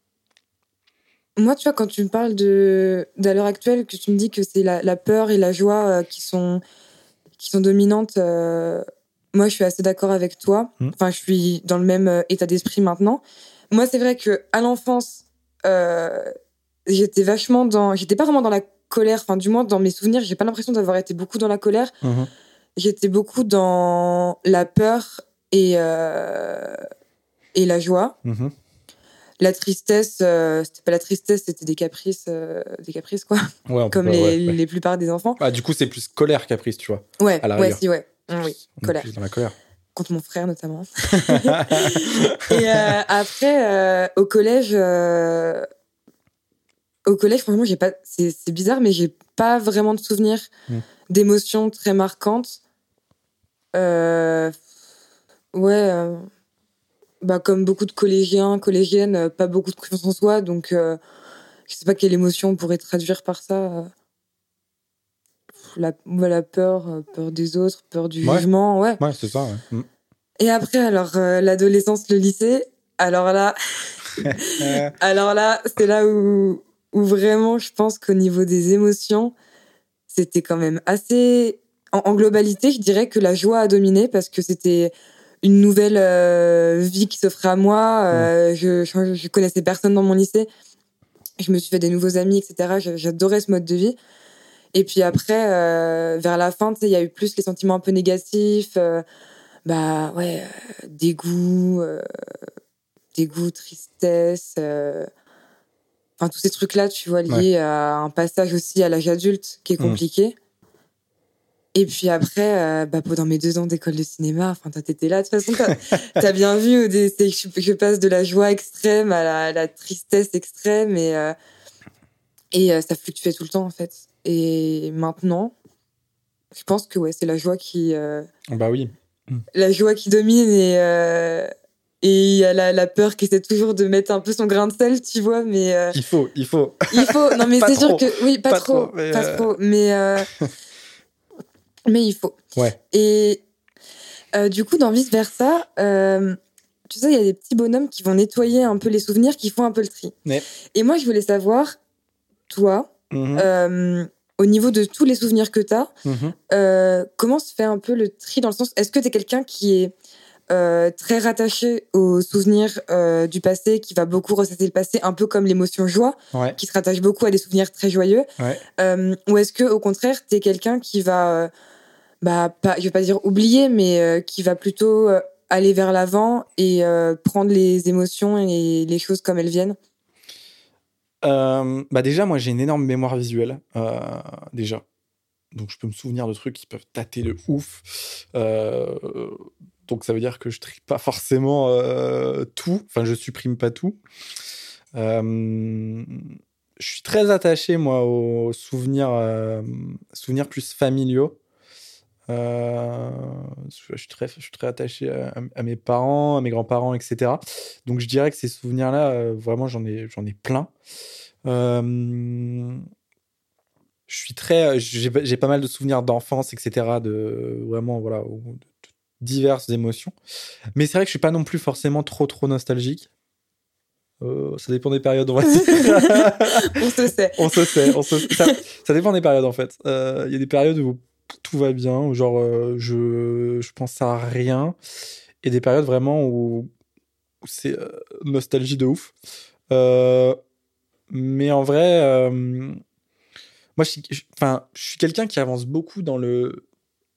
moi, tu vois, quand tu me parles de, d'à l'heure actuelle, que tu me dis que c'est la, la peur et la joie euh, qui sont qui sont dominantes, euh, moi, je suis assez d'accord avec toi. Mm. Enfin, je suis dans le même euh, état d'esprit maintenant. Moi, c'est vrai que à l'enfance, euh, j'étais vachement dans... J'étais pas vraiment dans la colère, enfin, du moins, dans mes souvenirs, j'ai pas l'impression d'avoir été beaucoup dans la colère. Mm-hmm. J'étais beaucoup dans la peur et, euh, et la joie. Mm-hmm. La tristesse, euh, c'était pas la tristesse, c'était des caprices, euh, des caprices, quoi. Ouais, on peut Comme pas, les, ouais, ouais. les plupart des enfants. Ah, du coup, c'est plus colère qu'aprice, tu vois. Ouais, À la ouais, rigueur. si, ouais. Mm, oui, On est colère. plus dans la colère. Contre mon frère, notamment. Et euh, après, euh, au collège, euh, au collège, franchement, j'ai pas, c'est, c'est bizarre, mais j'ai pas vraiment de souvenirs Mm. d'émotions très marquantes. Euh, ouais, euh, bah, comme beaucoup de collégiens, collégiennes, euh, pas beaucoup de confiance en soi, donc euh, je sais pas quelle émotion on pourrait traduire par ça. euh. La, ouais, la peur, euh, peur des autres, peur du Ouais. jugement, ouais. Ouais, c'est ça, ouais. Mm. Et après, alors, euh, l'adolescence, le lycée, alors là, alors là, c'est là où, où vraiment, je pense qu'au niveau des émotions, c'était quand même assez... En, en globalité, je dirais que la joie a dominé parce que c'était une nouvelle euh, vie qui s'offrait à moi. Euh, mm. je, je, je connaissais personne dans mon lycée. Je me suis fait des nouveaux amis, et cetera. J'adorais ce mode de vie. Et puis après, euh, vers la fin, il y a eu plus les sentiments un peu négatifs. Euh, bah ouais, euh, dégoût, euh, dégoût, tristesse... Euh, enfin, tous ces trucs-là, tu vois, liés Ouais. à un passage aussi à l'âge adulte qui est compliqué. Mmh. Et puis après, euh, bah, pendant mes deux ans d'école de cinéma, enfin, toi, t'étais là. De toute façon, t'as, t'as bien vu, des, c'est, je, je passe de la joie extrême à la, à la tristesse extrême et, euh, et euh, ça fluctuait tout le temps, en fait. Et maintenant, je pense que ouais, c'est la joie qui... Euh, bah oui. La joie qui domine et... Euh, Et il y a la, la peur qui essaie toujours de mettre un peu son grain de sel, tu vois, mais... Euh, il faut, il faut. Il faut, non mais c'est trop. sûr que... Oui, pas, pas trop, trop, mais pas euh... trop, mais... Euh, mais il faut. Ouais. Et euh, du coup, dans Vice Versa, euh, tu sais, il y a des petits bonhommes qui vont nettoyer un peu les souvenirs, qui font un peu le tri. Ouais. Et moi, je voulais savoir, toi, mm-hmm. euh, au niveau de tous les souvenirs que t'as, mm-hmm. euh, comment se fait un peu le tri dans le sens... Est-ce que t'es quelqu'un qui est... Euh, très rattaché aux souvenirs euh, du passé, qui va beaucoup ressasser le passé, un peu comme l'émotion joie, ouais. qui se rattache beaucoup à des souvenirs très joyeux. Ouais. Euh, ou est-ce que, au contraire, t'es quelqu'un qui va, euh, bah, pas, je vais pas dire oublier, mais euh, qui va plutôt euh, aller vers l'avant et euh, prendre les émotions et les choses comme elles viennent? euh, Bah déjà, moi, j'ai une énorme mémoire visuelle, euh, déjà. Donc, je peux me souvenir de trucs qui peuvent dater de ouf. Euh, donc, ça veut dire que je trie pas forcément euh, tout. Enfin, je supprime pas tout. Euh, je suis très attaché, moi, aux souvenirs, euh, souvenirs plus familiaux. Euh, je, suis très, je suis très attaché à, à mes parents, à mes grands-parents, et cetera. Donc, je dirais que ces souvenirs-là, euh, vraiment, j'en ai, j'en ai plein. Euh, je suis très, j'ai, j'ai pas mal de souvenirs d'enfance, et cetera. De vraiment, voilà, de, de diverses émotions. Mais c'est vrai que je suis pas non plus forcément trop, trop nostalgique. Euh, ça dépend des périodes, on va dire. on se sait. on se sait. On se... Ça, ça dépend des périodes, en fait. Il euh, y a des périodes où tout va bien, genre euh, je, je pense à rien. Et des périodes vraiment où, où c'est euh, nostalgie de ouf. Euh, mais en vrai, euh, moi, je, je, je suis quelqu'un qui avance beaucoup dans le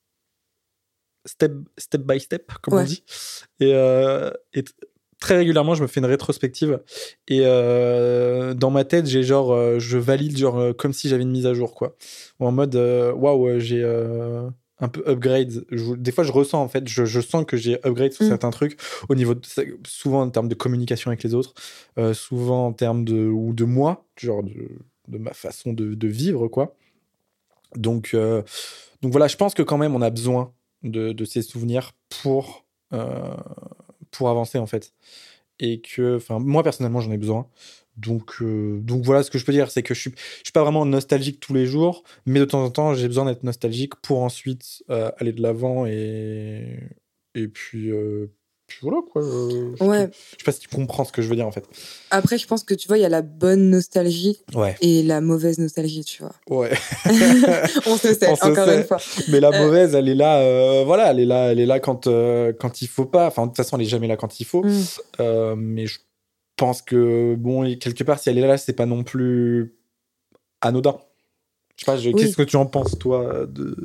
step, step by step, comme ouais. on dit. Et, euh, et très régulièrement, je me fais une rétrospective et euh, dans ma tête, j'ai genre, euh, je valide genre euh, comme si j'avais une mise à jour, quoi. Ou en mode, waouh, wow, j'ai euh, un peu upgrade. Je, des fois, je ressens en fait, je, je sens que j'ai upgrade sur mmh. certains trucs au niveau, de, souvent en termes de communication avec les autres, euh, souvent en termes de ou de moi, genre de, de ma façon de, de vivre, quoi. Donc, euh, donc voilà, je pense que quand même, on a besoin de, de ces souvenirs pour euh, pour avancer en fait, et que enfin moi personnellement j'en ai besoin, donc euh, donc voilà ce que je peux dire, c'est que je suis je suis pas vraiment nostalgique tous les jours, mais de temps en temps j'ai besoin d'être nostalgique pour ensuite euh, aller de l'avant et et puis euh, puis voilà quoi. Euh, je, ouais. te, je sais pas si tu comprends ce que je veux dire en fait. Après je pense que tu vois il y a la bonne nostalgie ouais. et la mauvaise nostalgie, tu vois. Ouais. On se sait, On se encore sait. Une fois. Mais la euh... mauvaise, elle est là, euh, voilà, elle est là, elle est là quand euh, quand il faut pas. Enfin, de toute façon, elle est jamais là quand il faut. Mm. Euh, mais je pense que bon, quelque part, si elle est là, c'est pas non plus anodin. Je sais pas. Je... Oui. Qu'est-ce que tu en penses, toi de...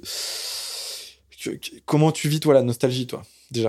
Comment tu vis toi la nostalgie, toi, déjà?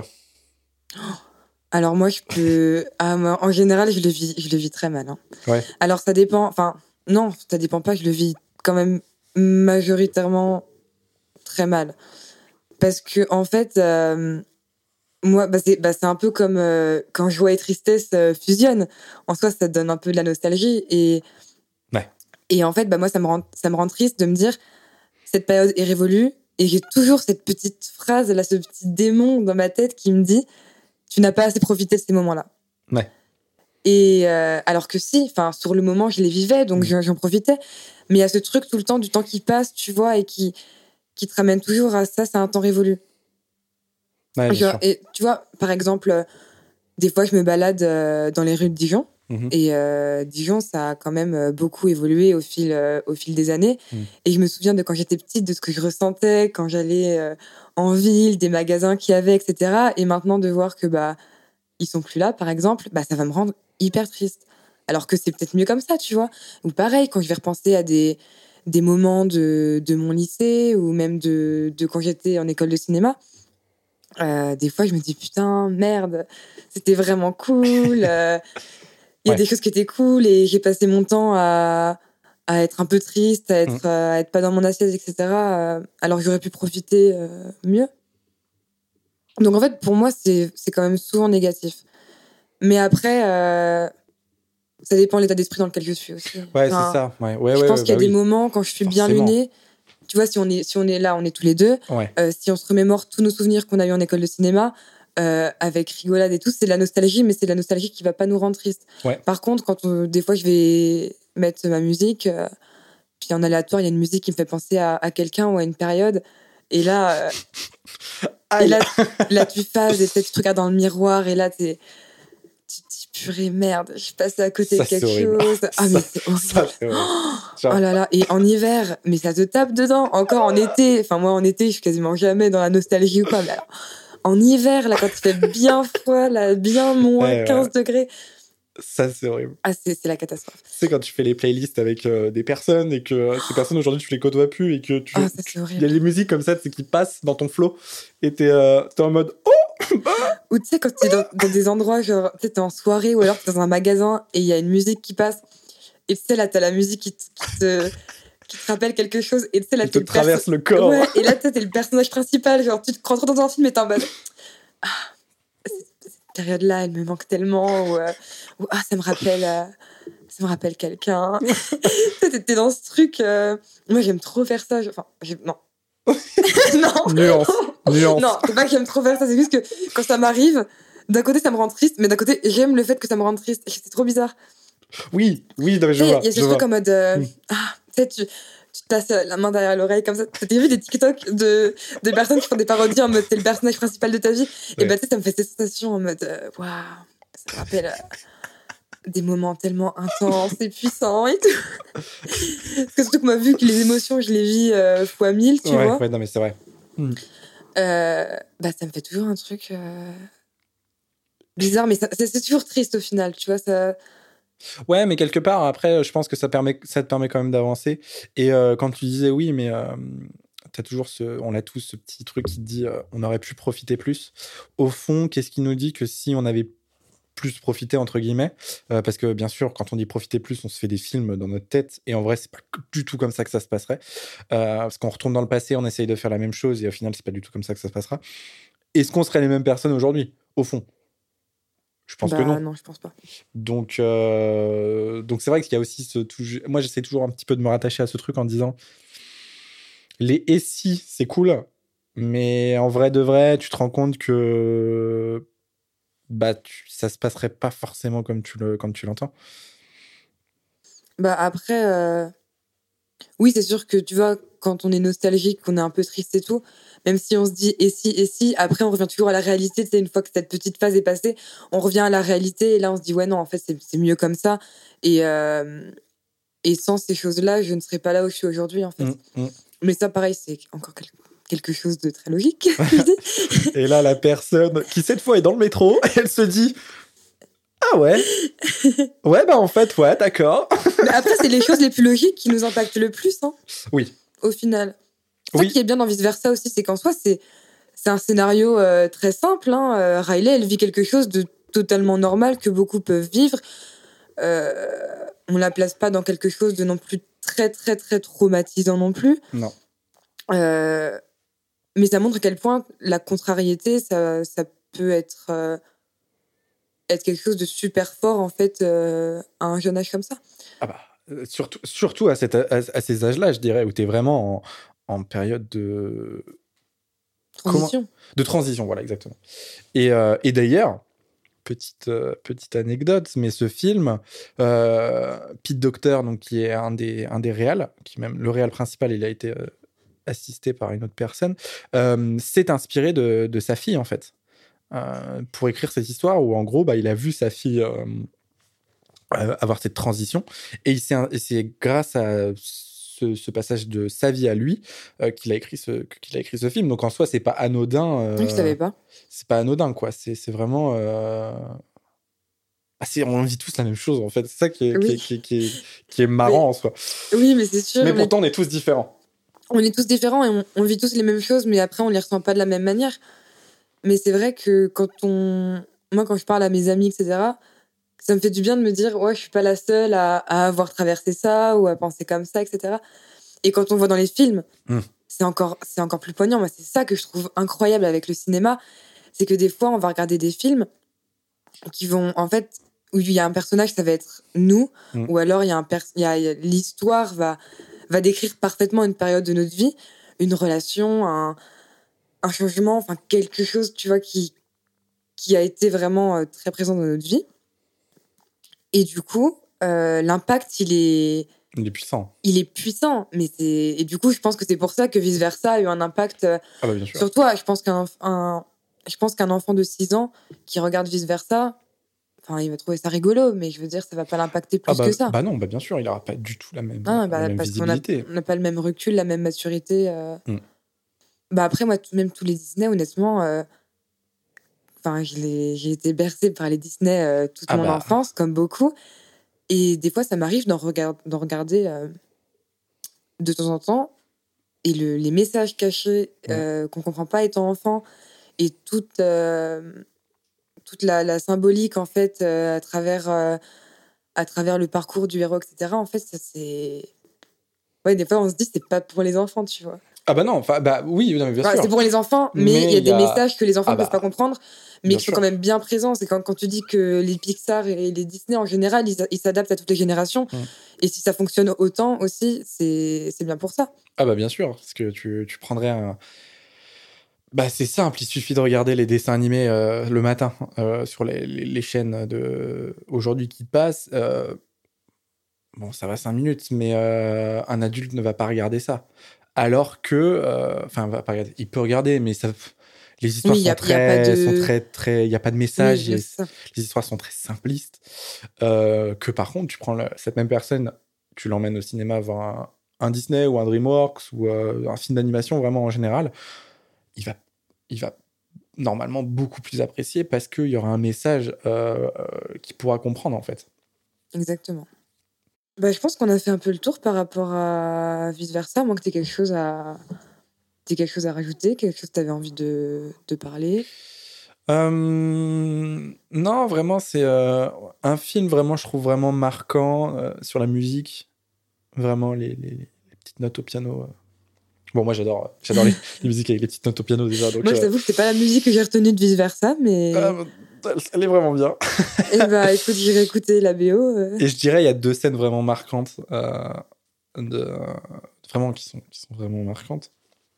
Alors moi, je peux. Ah, moi, en général, je le vis, je le vis très mal. Hein. Ouais. Alors ça dépend. Enfin, non, ça dépend pas. Je le vis quand même majoritairement très mal, parce que en fait, euh, moi, bah c'est, bah c'est un peu comme euh, quand joie et tristesse euh, fusionnent. En soi, ça donne un peu de la nostalgie et. Ouais. Et en fait, bah moi, ça me rend, ça me rend triste de me dire cette période est révolue et j'ai toujours cette petite phrase, là, ce petit démon dans ma tête qui me dit tu n'as pas assez profité de ces moments-là. Ouais. Et euh, alors que si, enfin, sur le moment, je les vivais, donc mmh. j'en profitais. Mais il y a ce truc tout le temps du temps qui passe, tu vois, et qui, qui te ramène toujours à ça, c'est un temps révolu. Ouais, bien sûr. Et tu vois, par exemple, euh, des fois, je me balade euh, dans les rues de Dijon. Mmh. Et euh, Dijon, ça a quand même beaucoup évolué au fil, euh, au fil des années. Mmh. Et je me souviens de quand j'étais petite, de ce que je ressentais quand j'allais euh, en ville, des magasins qu'il y avait, et cetera. Et maintenant, de voir que bah, ils sont plus là, par exemple, bah, ça va me rendre hyper triste. Alors que c'est peut-être mieux comme ça, tu vois. Ou pareil, quand je vais repenser à des, des moments de, de mon lycée ou même de, de quand j'étais en école de cinéma, euh, des fois, je me dis, putain, merde, c'était vraiment cool. euh, Il y a Ouais. des choses qui étaient cool et j'ai passé mon temps à, à être un peu triste, à être, Mm. euh, à être pas dans mon assiette, et cetera. euh, alors que j'aurais pu profiter euh, mieux. Donc en fait, pour moi, c'est, c'est quand même souvent négatif. Mais après, euh, ça dépend de l'état d'esprit dans lequel je suis aussi. Ouais, c'est Enfin, ça. Ouais, ouais, je ouais, pense ouais, qu'il y a bah des oui. moments quand je suis bien Forcément. lunée. Tu vois, si on est, si on est là, on est tous les deux. Ouais. Euh, si on se remémore tous nos souvenirs qu'on a eu en école de cinéma, euh, avec rigolade et tout, c'est de la nostalgie, mais c'est de la nostalgie qui va pas nous rendre tristes. Ouais. Par contre, quand on- des fois je vais mettre ma musique, euh, puis en aléatoire, il y a une musique qui me fait penser à, à quelqu'un ou à une période, et là, euh, et Aïe. là, là tu phases et peut-être tu te regardes dans le miroir et là t'es, tu te dis purée merde, je suis passée à côté Ça, de c'est quelque horrible. chose. Ah mais Ça- c'est horrible. Ça, c'est horrible. Genre, Oh là là, et en hiver, mais ça te tape dedans. Encore en été, enfin moi en été, je suis quasiment jamais dans la nostalgie ou quoi, mais alors, en hiver, là, quand il fait bien froid, là, bien moins ouais, ouais, quinze ouais. degrés, Ça, c'est horrible. ah, c'est, c'est la catastrophe. Tu sais, quand tu fais les playlists avec euh, des personnes et que euh, ces personnes aujourd'hui tu les côtoies plus et que tu. Ah, ça, tu- c'est Il y a horrible. les musiques comme ça, c'est qui passent dans ton flow et t'es euh, t'es en mode oh. Ou tu sais, quand tu es dans, dans des endroits, genre, tu sais, t'es en soirée ou alors t'es dans un magasin et il y a une musique qui passe, et tu sais, là, t'as la musique qui te, qui te, qui te rappelle quelque chose, et tu sais, là, Il te t'es le traverse perso- le corps. Ouais, et là, tu sais, t'es le personnage principal, genre, tu te crois trop dans un film et t'es en mode. Ah, cette, cette période-là, elle me manque tellement, ou, euh, ou ah, ça me rappelle. euh, ça me rappelle quelqu'un. T'es t'es dans ce truc. euh, Moi, j'aime trop faire ça. je- Enfin, j'ai- non. non. Nuance. Nuance. Non, c'est pas que j'aime trop faire ça. C'est juste que quand ça m'arrive, d'un côté, ça me rend triste, mais d'un côté, j'aime le fait que ça me rende triste. Et c'est trop bizarre. Oui, oui, non, mais Tu je sais, vois. il y a ce je truc vois. en mode. euh, Mm. Ah, tu sais, tu. Tu te passes la main derrière l'oreille comme ça. T'as vu des TikTok de, de personnes qui font des parodies en mode t'es le personnage principal de ta vie. Et Ouais. bah, tu sais, ça me fait cette sensation en mode euh, waouh, ça me rappelle euh, des moments tellement intenses et puissants et tout. Parce que surtout que moi, vu que les émotions, je les vis euh, fois mille, tu ouais, vois, ouais, non, mais c'est vrai. Mm. euh, bah, ça me fait toujours un truc euh, bizarre, mais ça- c'est c'est toujours triste au final, tu vois. Ça... Ouais, mais quelque part, après, je pense que ça, permet, ça te permet quand même d'avancer. Et euh, quand tu disais oui, mais euh, t'as toujours ce, on a tous ce petit truc qui te dit euh, on aurait pu profiter plus. Au fond, qu'est-ce qui nous dit que si on avait plus profité, entre guillemets, euh, parce que bien sûr, quand on dit profiter plus, on se fait des films dans notre tête, et en vrai, c'est pas du tout comme ça que ça se passerait. Euh, parce qu'on retourne dans le passé, on essaye de faire la même chose, et au final, c'est pas du tout comme ça que ça se passera. Est-ce qu'on serait les mêmes personnes aujourd'hui, au fond? Je pense bah que non. non, je pense pas. Donc, euh, donc c'est vrai qu'il y a aussi ce. Tout... Moi, j'essaie toujours un petit peu de me rattacher à ce truc en disant les et si, c'est cool, mais en vrai de vrai, tu te rends compte que bah, tu... ça se passerait pas forcément comme tu, le... comme tu l'entends. Bah après, euh, oui, c'est sûr que tu vois, quand on est nostalgique, qu'on est un peu triste et tout, même si on se dit et si, et si, après on revient toujours à la réalité, tu sais, une fois que cette petite phase est passée, on revient à la réalité et là on se dit ouais, non, en fait, c'est, c'est mieux comme ça. Et, euh, et sans ces choses-là, je ne serais pas là où je suis aujourd'hui, en fait. Mm, mm. Mais ça, pareil, c'est encore quel- quelque chose de très logique. je dis. Et là, la personne qui cette fois est dans le métro, elle se dit ah ouais, ouais, bah en fait, ouais, d'accord. Mais après, c'est les choses les plus logiques qui nous impactent le plus, hein, Oui. au final. C'est Oui. ça qui est bien dans Vice Versa aussi, c'est qu'en soi, c'est, c'est un scénario euh, très simple. Hein. Euh, Riley, elle vit quelque chose de totalement normal que beaucoup peuvent vivre. Euh, on la place pas dans quelque chose de non plus très, très, très traumatisant non plus. Non. Euh, mais ça montre à quel point la contrariété, ça, ça peut être, euh, être quelque chose de super fort, en fait, euh, à un jeune âge comme ça. Ah bah, euh, surtout, surtout à, cette, à, à ces âges-là, je dirais, où tu es vraiment en, en période de Transition. Comment... de transition, voilà, exactement. Et, euh, et d'ailleurs, petite, euh, petite anecdote, mais ce film, euh, Pete Docter, donc, qui est un des, un des réals, qui même le réal principal, il a été euh, assisté par une autre personne, euh, s'est inspiré de, de sa fille, en fait, euh, pour écrire cette histoire où, en gros, bah, il a vu sa fille euh, avoir cette transition, et, il s'est, et c'est grâce à ce, ce passage de sa vie à lui euh, qu'il a écrit ce qu'il a écrit ce film. Donc en soi, c'est pas anodin. Euh, Oui, je savais pas. C'est pas anodin, quoi. C'est, c'est vraiment. Euh... Ah, c'est, on vit tous la même chose, en fait. C'est ça qui est, Oui. qui est, qui est, qui est marrant mais, en soi. Oui, mais c'est sûr. Mais mais... pourtant, on est tous différents. On est tous différents et on, on vit tous les mêmes choses, mais après, on les ressent pas de la même manière. Mais c'est vrai que quand on. Moi, quand je parle à mes amis, et cetera, ça me fait du bien de me dire, ouais, je suis pas la seule à, à avoir traversé ça ou à penser comme ça, et cetera. Et quand on voit dans les films, mmh. c'est encore, c'est encore plus poignant. Moi, c'est ça que je trouve incroyable avec le cinéma. C'est que des fois, on va regarder des films qui vont, en fait, où il y a un personnage, ça va être nous, Mmh. ou alors il y a un pers- il y a, il y a- l'histoire va, va décrire parfaitement une période de notre vie, une relation, un, un changement, enfin quelque chose, tu vois, qui, qui a été vraiment euh, très présent dans notre vie. Et du coup, euh, l'impact, il est, Il est puissant. il est puissant. Mais c'est... Et du coup, je pense que c'est pour ça que Vice Versa a eu un impact euh, Ah bah bien sûr. sur toi. Je pense qu'un, un, je pense qu'un enfant de six ans qui regarde Vice Versa, enfin, il va trouver ça rigolo, mais je veux dire, ça va pas l'impacter plus Ah bah, que ça. bah non, bah bien sûr, il aura pas du tout la même, Hein, la bah, même parce qu'on a- visibilité. on n'a pas le même recul, la même maturité. euh. Mm. Bah après, moi, tout- même tous les Disney, honnêtement, euh, enfin, je l'ai- j'ai été bercée par les Disney euh, toute Ah mon bah, enfance, comme beaucoup. Et des fois, ça m'arrive d'en, regard- d'en regarder euh, de temps en temps. Et le, les messages cachés euh, qu'on comprend pas étant enfant, et toute, euh, toute la, la symbolique, en fait, euh, à, travers, euh, à travers le parcours du héros, et cetera, en fait, ça, c'est... Ouais, des fois, on se dit, c'est pas pour les enfants, tu vois. ah bah non, enfin, bah oui, non, mais bien Enfin, sûr. c'est pour les enfants, mais il Mais y a il y des a- messages que les enfants Ah ne peuvent bah, pas comprendre, mais bien qui sont sûr. quand même bien présents. C'est quand, quand tu dis que les Pixar et les Disney, en général, ils, ils s'adaptent à toutes les générations. Mm. Et si ça fonctionne autant aussi, c'est, c'est bien pour ça. Ah bah bien sûr, parce que tu, tu prendrais un... Bah c'est simple, il suffit de regarder les dessins animés euh, le matin euh, sur les, les, les chaînes de aujourd'hui qui passent. Euh, bon, ça va cinq minutes, mais euh, un adulte ne va pas regarder ça. Alors que, euh, enfin, va pas regarder. Il peut regarder, mais ça, les histoires Oui, il n'y sont a, y a pas très, sont de... très, très. Il y a pas de Oui, message. je et sais ça. les histoires sont très simplistes. Euh, que par contre, tu prends le- cette même personne, tu l'emmènes au cinéma voir un, un Disney ou un DreamWorks ou euh, un film d'animation vraiment en général, il va, il va normalement beaucoup plus apprécier parce qu'il y aura un message euh, euh, qu'il pourra comprendre en fait. Exactement. Bah, je pense qu'on a fait un peu le tour par rapport à Vice Versa. Moi, que tu quelque chose à... t'aies quelque chose à rajouter, quelque chose que tu avais envie de, de parler. Euh, non, vraiment, c'est euh, un film vraiment, je trouve vraiment marquant euh, sur la musique. Vraiment, les, les- les petites notes au piano. euh. Bon, moi, j'adore, j'adore les, les musiques avec les petites notes au piano déjà. Donc, Moi, je euh, t'avoue que c'est pas la musique que j'ai retenue de Vice Versa, mais... euh, elle, elle est vraiment bien. Eh bah, écoute, j'irai écouter la B O. euh. Et je dirais, il y a deux scènes vraiment marquantes, euh, de, vraiment qui sont, qui sont vraiment marquantes.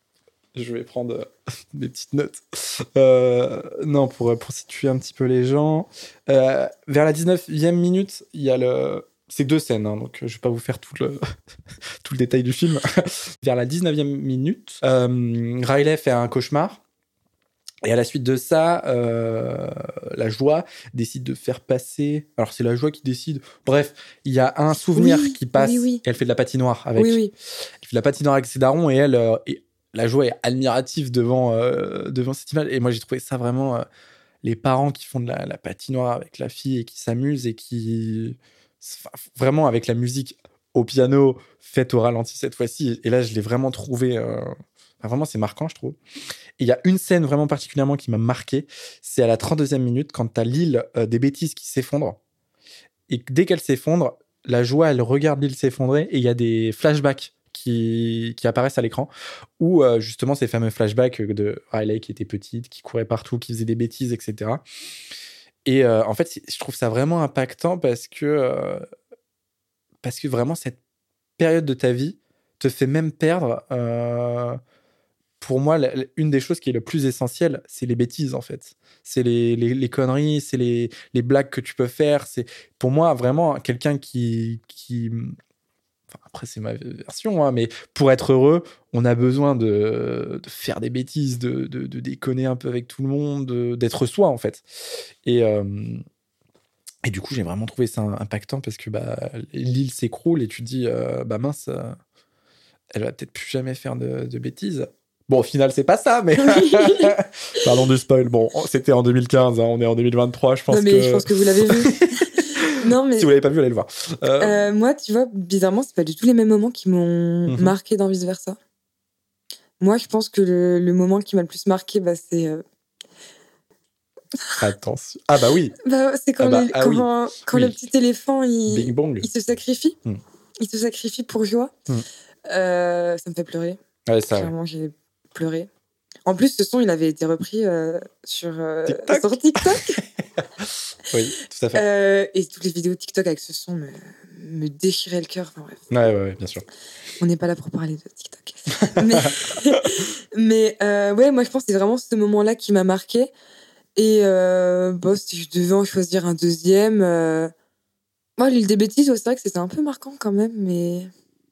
Je vais prendre euh, des petites notes. Euh, non, pour, pour situer un petit peu les gens. Euh, vers la dix-neuvième minute, il y a le. C'est deux scènes, hein, donc je vais pas vous faire tout le, tout le détail du film. Vers la dix-neuvième minute, euh, Riley fait un cauchemar. Et à la suite de ça, euh, la joie décide de faire passer. Alors, c'est la joie qui décide. Bref, il y a un souvenir Oui, qui passe. oui, oui. Et elle fait de la patinoire avec. Oui, oui. Elle fait de la patinoire avec ses darons et elle. euh, et la joie est admirative devant, euh, devant cette image. Et moi, j'ai trouvé ça vraiment. Euh, les parents qui font de la, la patinoire avec la fille et qui s'amusent et qui. Enfin, vraiment avec la musique au piano faite au ralenti cette fois-ci. Et là, je l'ai vraiment trouvé. Euh, enfin, vraiment, c'est marquant, je trouve. Et il y a une scène vraiment particulièrement qui m'a marqué. C'est à la trente-deuxième minute, quand t'as l'île euh, des bêtises qui s'effondre. Et dès qu'elle s'effondre, la joie, elle regarde l'île s'effondrer et il y a des flashbacks qui, qui apparaissent à l'écran où euh, justement ces fameux flashbacks de Riley qui était petite, qui courait partout, qui faisait des bêtises, et cetera. Et euh, en fait, je trouve ça vraiment impactant parce que, euh, parce que vraiment cette période de ta vie te fait même perdre... Euh, pour moi, la- la- une des choses qui est le plus essentielle, c'est les bêtises, en fait. C'est les, les, les conneries, c'est les, les blagues que tu peux faire. C'est, pour moi, vraiment, quelqu'un qui... qui enfin, après, c'est ma version, hein, mais pour être heureux, on a besoin de, de faire des bêtises, de, de, de déconner un peu avec tout le monde, de- d'être soi, en fait. Et... euh, et du coup, j'ai vraiment trouvé ça impactant parce que bah, l'île s'écroule et tu te dis, euh, bah mince, euh, elle va peut-être plus jamais faire de, de bêtises. Bon, au final, c'est pas ça, mais... Pardon du spoil. Bon, c'était en deux mille quinze, hein, on est en deux mille vingt-trois, je pense Non, mais que... je pense que vous l'avez vu. Non, mais Si vous l'avez pas vu, allez le voir. Euh, euh, moi, tu vois, bizarrement, c'est pas du tout les mêmes moments qui m'ont Mhm. marqué dans Vice Versa. Moi, je pense que le, le moment qui m'a le plus marqué, bah, c'est... euh, Attention. Ah bah oui. Bah, c'est quand, ah bah, les, ah quand, oui. quand oui. le petit éléphant, il, Bing bong. il se sacrifie. Mm. Il se sacrifie pour joie. Mm. Euh, ça me fait pleurer. Ouais, ça, Clairement, ouais. j'ai pleuré. En plus, ce son, il avait été repris euh, sur, euh, TikTok. sur TikTok. Oui, tout à fait. Euh, et toutes les vidéos TikTok avec ce son me, me déchiraient le cœur. Enfin bref. Ouais, ouais, ouais, bien sûr. On n'est pas là pour parler de TikTok. mais mais euh, ouais, moi, je pense que c'est vraiment ce moment-là qui m'a marqué. Et euh, bon, si je devais en choisir un deuxième... Euh... Moi, l'île des bêtises, ouais, c'est vrai que c'était un peu marquant quand même, mais...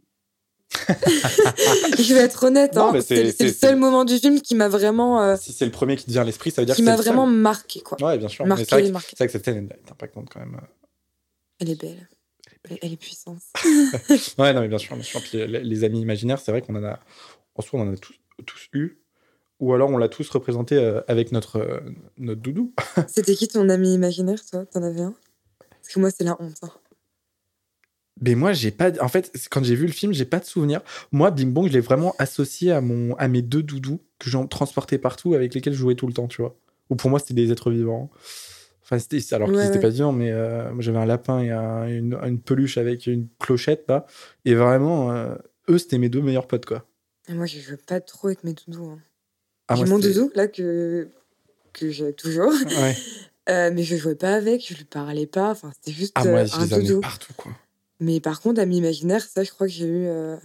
Je vais être honnête, Non, hein, mais c'est, c'est- c'est, c'est- le c'est- seul moment du film qui m'a vraiment... euh, Si c'est le premier qui te vient à l'esprit, ça veut dire qui que c'est m'a le seul. vraiment marqué, quoi. Ouais, bien sûr. Marqué, mais c'est vrai, que, marqué. c'est vrai que cette scène est impactante quand même. Elle est belle. Elle, elle est puissante. Ouais, non, mais bien sûr, bien sûr. Puis les, les amis imaginaires, c'est vrai qu'on en a, en soi, on en a tous, tous eu. Ou alors on l'a tous représenté euh, avec notre, euh, notre doudou. C'était qui ton ami imaginaire, toi? T'en avais un? Parce que moi, c'est la honte. Hein. Mais moi, j'ai pas. En fait, quand j'ai vu le film, j'ai pas de souvenir. Moi, Bing Bong, je l'ai vraiment associé à, mon... à mes deux doudous que j'en transportais partout, avec lesquels je jouais tout le temps, tu vois. Ou pour moi, c'était des êtres vivants. Enfin, c'était... alors qu'ils Ouais, n'étaient ouais. pas vivants, mais euh, moi, j'avais un lapin et un- une... une peluche avec une clochette, là. Et vraiment, euh, eux, c'était mes deux meilleurs potes, quoi. Et moi, je joue pas trop avec mes doudous. Hein. Ah, j'ai moi, mon c'était- doudou, là, que, que j'ai toujours. Ouais. Euh, mais je jouais pas avec, je lui parlais pas. Enfin, c'était juste Ah, moi, euh, je un les amenais doudou. partout, quoi. Mais par contre, ami imaginaire, ça, je crois que j'ai eu... euh,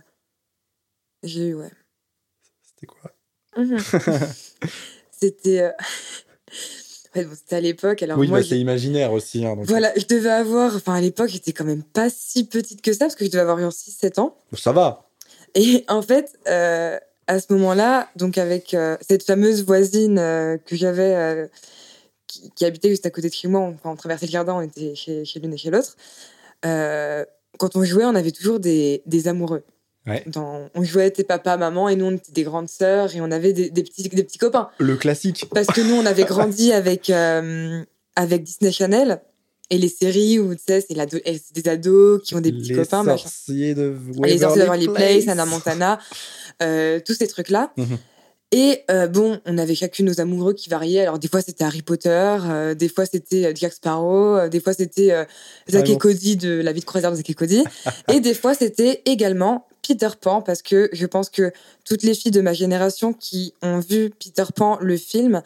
J'ai eu, ouais. C'était quoi? Mhm. C'était... euh, ouais, bon, c'était à l'époque. Alors Oui, moi, bah, j'ai- c'est imaginaire aussi. Hein, donc... voilà, je devais avoir... Enfin, à l'époque, j'étais quand même pas si petite que ça, parce que je devais avoir eu six sept ans. Ça va. Et en fait, euh, à ce moment-là, donc avec euh, cette fameuse voisine euh, que j'avais, euh, qui, qui habitait juste à côté de chez moi, on, quand on traversait le jardin, on était chez, chez l'une et chez l'autre. Euh, quand on jouait, on avait toujours des, des amoureux. Ouais. Dans, on jouait tes papa, maman, et nous, on était des grandes sœurs, et on avait des, des, petits, des petits copains. Le classique. Parce que nous, on avait grandi avec, euh, avec Disney Channel. Et les séries où, tu sais, c'est, l'ado- et c'est des ados qui ont des petits les copains. machin. sorciers de Les sorciers de Waverly Place, Place. Hannah Montana, euh, tous ces trucs-là. Mhm. Et euh, bon, on avait chacune nos amoureux qui variaient. Alors, des fois, c'était Harry Potter, euh, des fois, c'était euh, Jack Sparrow, euh, des fois, c'était euh, Zack Vraiment. et Cody de La vie de croisière de Zack et Cody. Et des fois, c'était également Peter Pan, parce que je pense que toutes les filles de ma génération qui ont vu Peter Pan, le film,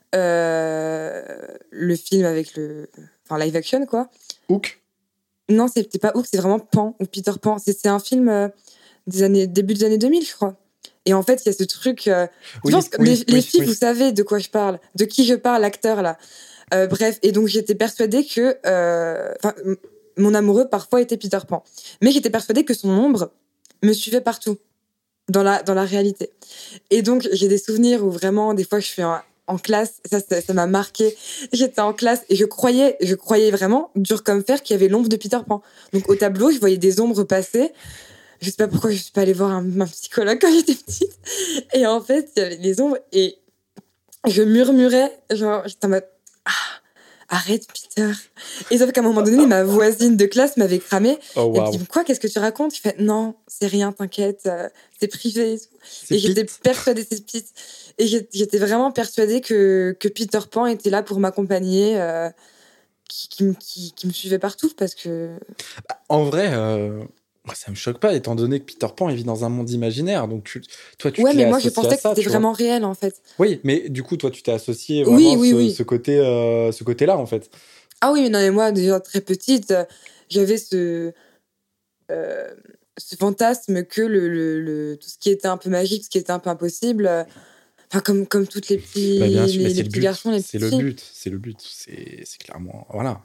euh, le film avec le... Enfin, live action, quoi. Hook. Non, c'était pas Hook, c'est vraiment Pan, ou Peter Pan. C'est, c'est un film euh, des années, début des années deux mille, je crois. Et en fait, il y a ce truc... Euh, Oui, je pense que oui, les, les oui, filles, oui. vous savez de quoi je parle, de qui je parle, l'acteur, là. Euh, bref, et donc j'étais persuadée que... euh, m- mon amoureux, parfois, était Peter Pan. Mais j'étais persuadée que son ombre me suivait partout, dans la, dans la réalité. Et donc, j'ai des souvenirs où vraiment, des fois, je suis en, en classe, ça, ça, ça m'a marqué. J'étais en classe et je croyais, je croyais vraiment, dur comme fer, qu'il y avait l'ombre de Peter Pan. Donc, au tableau, je voyais des ombres passer. Je sais pas pourquoi je suis pas allée voir un, un psychologue quand j'étais petite. Et en fait, il y avait les ombres et je murmurais, genre, j'étais en mode, ah, arrête, Peter. Et sauf qu'à un moment donné, ma voisine de classe m'avait cramé. Oh, Elle me waouh. dit, quoi, qu'est-ce que tu racontes? Je fais, non, c'est rien, t'inquiète, euh, c'est privé et tout. C'est Et j'étais Pete. persuadée, c'est Pete. Et j'ai- j'étais vraiment persuadée que, que Peter Pan était là pour m'accompagner, euh, qui, qui, me- qui, qui me suivait partout, parce que... En vrai, euh, moi, ça me choque pas, étant donné que Peter Pan il vit dans un monde imaginaire. Donc, tu- toi, tu Ouais, te mais l'es moi, je associé pensais à que ça, c'était tu vois. vraiment réel, en fait. Oui, mais du coup, toi, tu t'es associé Oui, vraiment oui, ce, oui. ce côté, euh, ce côté-là, en fait. Ah oui, mais non, mais moi, déjà très petite, euh, j'avais ce... euh, ce fantasme que le, le, le- tout ce qui était un peu magique, ce qui était un peu impossible... euh, Enfin, comme, comme toutes les petits, Bah, bien sûr, mais les, c'est les le petits but. garçons, les C'est petites le filles. but. C'est le but. C'est, c'est clairement, voilà.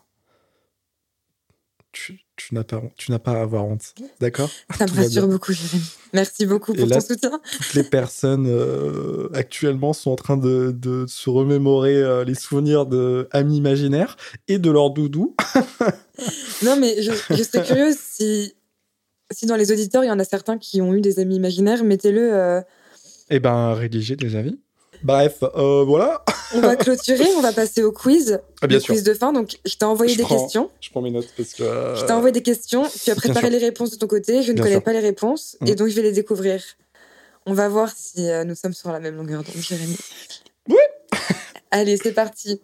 Tu, tu n'as pas, tu n'as pas à avoir honte, d'accord? Ça me Tout va rassure bien. beaucoup, Jérémy. Merci beaucoup Et pour là, ton soutien. toutes les personnes euh, actuellement sont en train de, de se remémorer euh, les souvenirs de amis imaginaires et de leur doudou. Non, mais je, je serais curieuse si, si dans les auditeurs, il y en a certains qui ont eu des amis imaginaires, mettez-le. euh, Eh ben, rédiger des avis. Bref, euh, voilà. On va clôturer, on va passer au quiz. Ah, bien le sûr. quiz de fin. Donc, je t'ai envoyé Je des prends- questions. Je prends mes notes parce que. euh, Je t'ai envoyé des questions. Tu as préparé sûr. les réponses de ton côté. Je ne Bien connais sûr. pas les réponses. Mm. Et donc, je vais les découvrir. On va voir si euh, nous sommes sur la même longueur d'onde, Jérémy. Oui. Allez, c'est parti.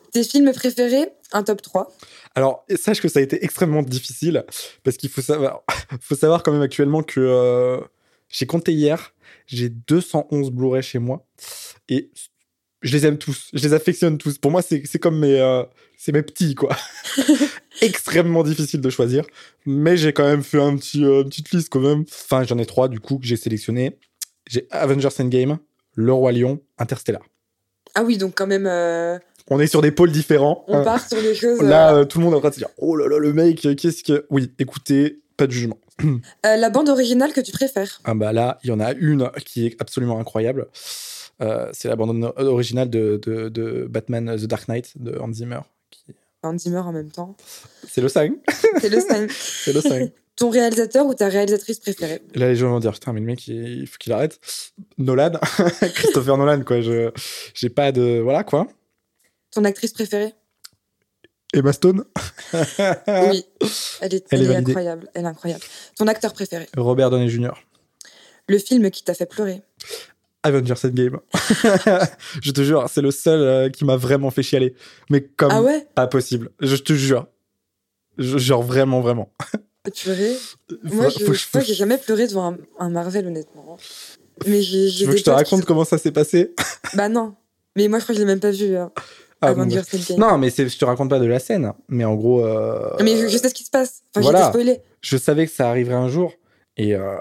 Tes films préférés, un top trois. Alors, sache que ça a été extrêmement difficile, parce qu'il faut savoir, faut savoir quand même actuellement que euh, j'ai compté hier, j'ai deux cent onze Blu-ray chez moi, et je les aime tous, je les affectionne tous. Pour moi, c'est, c'est comme mes, euh, c'est mes petits, quoi. Extrêmement difficile de choisir, mais j'ai quand même fait un petit, euh, une petite liste quand même. Enfin, j'en ai trois, du coup, que j'ai sélectionné. J'ai Avengers Endgame, Le Roi Lion, Interstellar. Ah oui, donc quand même... Euh... On est sur des pôles différents. On part sur des choses... Là, euh... euh, tout le monde est en train de se dire « Oh là là, le mec, qu'est-ce que... » Oui, écoutez, pas de jugement. euh, la bande originale que tu préfères? Ah bah là, il y en a une qui est absolument incroyable. Euh, c'est la bande originale de, de, de Batman The Dark Knight de Hans Zimmer. Qui... Hans Zimmer en même temps. C'est le cinq. C'est le cinq. C'est le cinq. Ton réalisateur ou ta réalisatrice préférée? Là, les gens vont dire, putain, mais le mec, il faut qu'il arrête. Nolan, Christopher Nolan, quoi. Je, j'ai pas de... Voilà, quoi. Ton actrice préférée? Emma Stone. Oui, elle est, elle elle est, est incroyable. Elle est incroyable. Ton acteur préféré? Robert Downey junior Le film qui t'a fait pleurer? Avengers Endgame. Je te jure, c'est le seul euh, qui m'a vraiment fait chialer. Mais comme ah ouais pas possible. Je te jure. Je, genre vraiment, vraiment. Pleurer? Moi, je, faut, je crois que j'ai jamais pleuré devant un, un Marvel, honnêtement. Mais j'ai, j'ai tu veux que je te raconte qui... comment ça s'est passé? Bah non. Mais moi, je crois que je l'ai même pas vu. Hein. Ah, Avengers bon, Endgame. Non, mais c'est, je te raconte pas de la scène. Mais en gros... Euh... Mais je, je sais ce qui se passe. Enfin, voilà. J'ai été spoilée. Je savais que ça arriverait un jour. Et... Euh...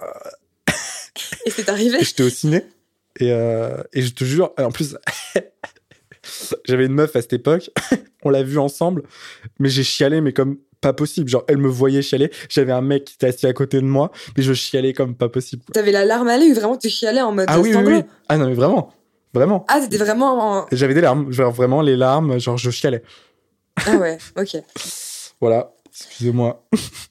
et c'est arrivé. J'étais au ciné. Et, euh, et je te jure, en plus, j'avais une meuf à cette époque, on l'a vue ensemble, mais j'ai chialé, mais comme pas possible. Genre, elle me voyait chialer. J'avais un mec qui était assis à côté de moi, mais je chialais comme pas possible. Quoi. T'avais la larme à l'œil ou vraiment tu chialais en mode ah oui, oui, oui. Ah non, mais vraiment. Vraiment. Ah, c'était vraiment. En... J'avais des larmes. Genre, vraiment, les larmes, genre, je chialais. Ah ouais, ok. Voilà. Excusez-moi.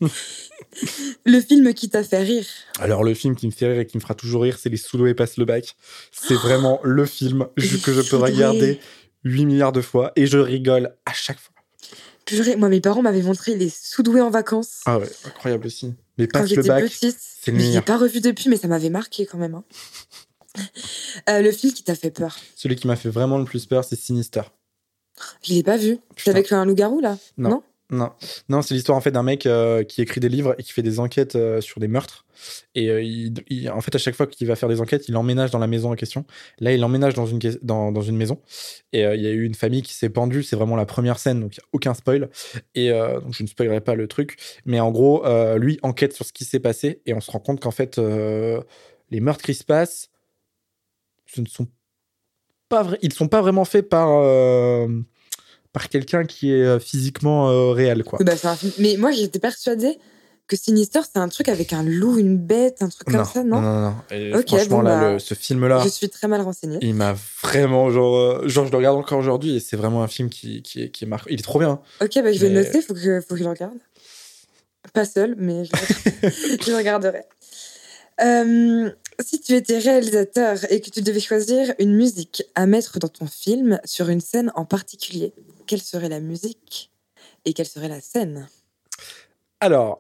Le film qui t'a fait rire? Alors, le film qui me fait rire et qui me fera toujours rire, c'est Les Sous-doués passent le bac. C'est vraiment le film que je peux regarder huit milliards de fois et je rigole à chaque fois. Purée, moi, mes parents m'avaient montré Les Sous-doués en vacances. Ah ouais, incroyable aussi. Mais Quand passe le bac, petite, c'est le mais meilleur. Je l'ai pas revu depuis, mais ça m'avait marqué quand même. Hein. euh, le film qui t'a fait peur? Celui qui m'a fait vraiment le plus peur, c'est Sinister. Je l'ai pas vu. C'est avec un loup-garou, là? Non. non Non, non, c'est l'histoire en fait d'un mec euh, qui écrit des livres et qui fait des enquêtes euh, sur des meurtres. Et euh, il, il, en fait, à chaque fois qu'il va faire des enquêtes, il emménage dans la maison en question. Là, il emménage dans une, dans, dans une maison. Et euh, il y a eu une famille qui s'est pendue. C'est vraiment la première scène, donc il n'y a aucun spoil. Et euh, donc je ne spoilerai pas le truc. Mais en gros, euh, lui enquête sur ce qui s'est passé et on se rend compte qu'en fait, euh, les meurtres qui se passent, ce ne sont pas vrais. Ils ne sont pas vraiment faits par. Euh, par quelqu'un qui est physiquement euh, réel, quoi. Bah, c'est un film... Mais moi, j'étais persuadée que Sinister, c'est un truc avec un loup, une bête, un truc non, comme ça, non? Non, non, non. Et okay, franchement, bon, là, bah, le, ce film-là... Je suis très mal renseignée. Il m'a vraiment, genre... Euh, genre, je le regarde encore aujourd'hui et c'est vraiment un film qui, qui, est, qui est marquant. Il est trop bien. Ok, bah, je vais mais... le noter, faut que, faut que je le regarde. Pas seul, mais je le, je le regarderai. Euh, si tu étais réalisateur et que tu devais choisir une musique à mettre dans ton film sur une scène en particulier, quelle serait la musique et quelle serait la scène? Alors,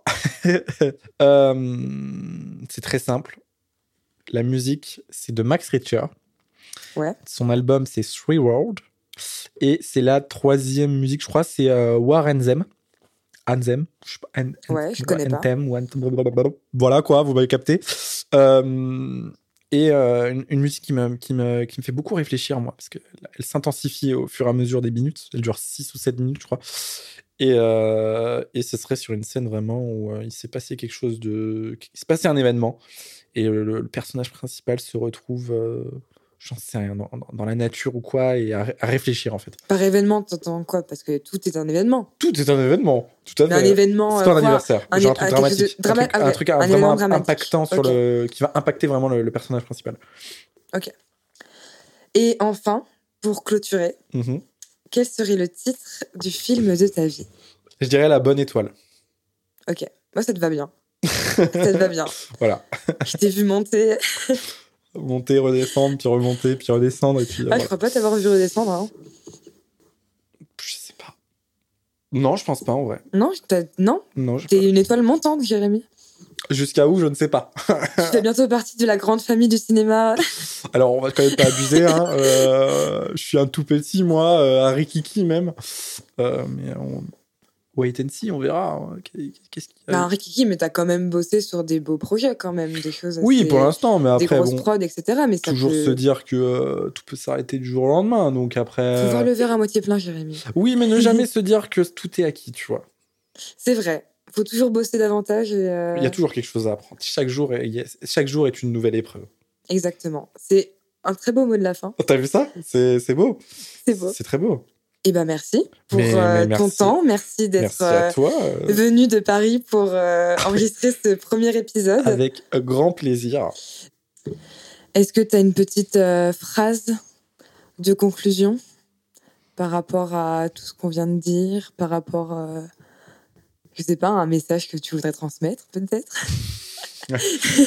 euh, c'est très simple. La musique, c'est de Max Richter. Ouais. Son album, c'est Three World. Et c'est la troisième musique, je crois, c'est euh, War Anthem. Anthem. Je sais pas, an, an, ouais, je connais Anthem, pas. Anthem, voilà quoi, vous m'avez capté. Euh, et euh, une, une musique qui me, qui, me, qui me fait beaucoup réfléchir, moi, parce qu'elle s'intensifie au fur et à mesure des minutes. Elle dure six ou sept minutes, je crois. Et, euh, et ce serait sur une scène vraiment où euh, il s'est passé quelque chose de... Il s'est passé un événement. Et le, le, le personnage principal se retrouve... Euh, j'en sais rien, dans, dans la nature ou quoi, et à, à réfléchir, en fait. Par événement, t'entends quoi? Parce que tout est un événement. Tout est un événement, tout à fait. Mais un événement... C'est pas euh, un anniversaire, un, genre un truc un, dramatique. Drama... Un truc, okay. un truc un vraiment dramatique. impactant, sur okay. le, qui va impacter vraiment le, le personnage principal. Ok. Et enfin, pour clôturer, mm-hmm. quel serait le titre du film de ta vie? Je dirais La Bonne Étoile. Ok, moi ça te va bien. Ça te va bien. Voilà. Je t'ai vu monter... Monter, redescendre, puis remonter, puis redescendre. Et puis, ah, voilà. Je crois pas t'avoir vu redescendre. Hein. Je sais pas. Non, je pense pas en vrai. Non, non. Non. T'es pas. une étoile montante, Jérémy. Jusqu'à où, je ne sais pas. Tu fais bientôt partie de la grande famille du cinéma. Alors, on va quand même pas abuser. Hein. Euh, je suis un tout petit, moi, euh, un rikiki même. Euh, mais on... wait and see, on verra. Hein. Qu'est-ce qu'il y a bah, un rikiki, mais t'as quand même bossé sur des beaux projets, quand même, des choses. Oui, assez... pour l'instant, mais après, des grosses bon, prods, et cetera. Mais ça toujours peut... se dire que euh, tout peut s'arrêter du jour au lendemain. Donc après. Faut voir le verre à moitié plein, Jérémy. Oui, mais ne jamais se dire que tout est acquis, tu vois. C'est vrai. Faut toujours bosser davantage. Et euh... Il y a toujours quelque chose à apprendre. Chaque jour est, chaque jour est une nouvelle épreuve. Exactement. C'est un très beau mot de la fin. T'as vu ça ? C'est, c'est beau. C'est beau. C'est très beau. Eh ben merci pour mais, euh, mais ton merci. temps. Merci d'être merci à toi, euh... venu de Paris pour euh, enregistrer ce premier épisode. Avec grand plaisir. Est-ce que tu as une petite euh, phrase de conclusion par rapport à tout ce qu'on vient de dire, par rapport, euh, je sais pas, un message que tu voudrais transmettre, peut-être? ça,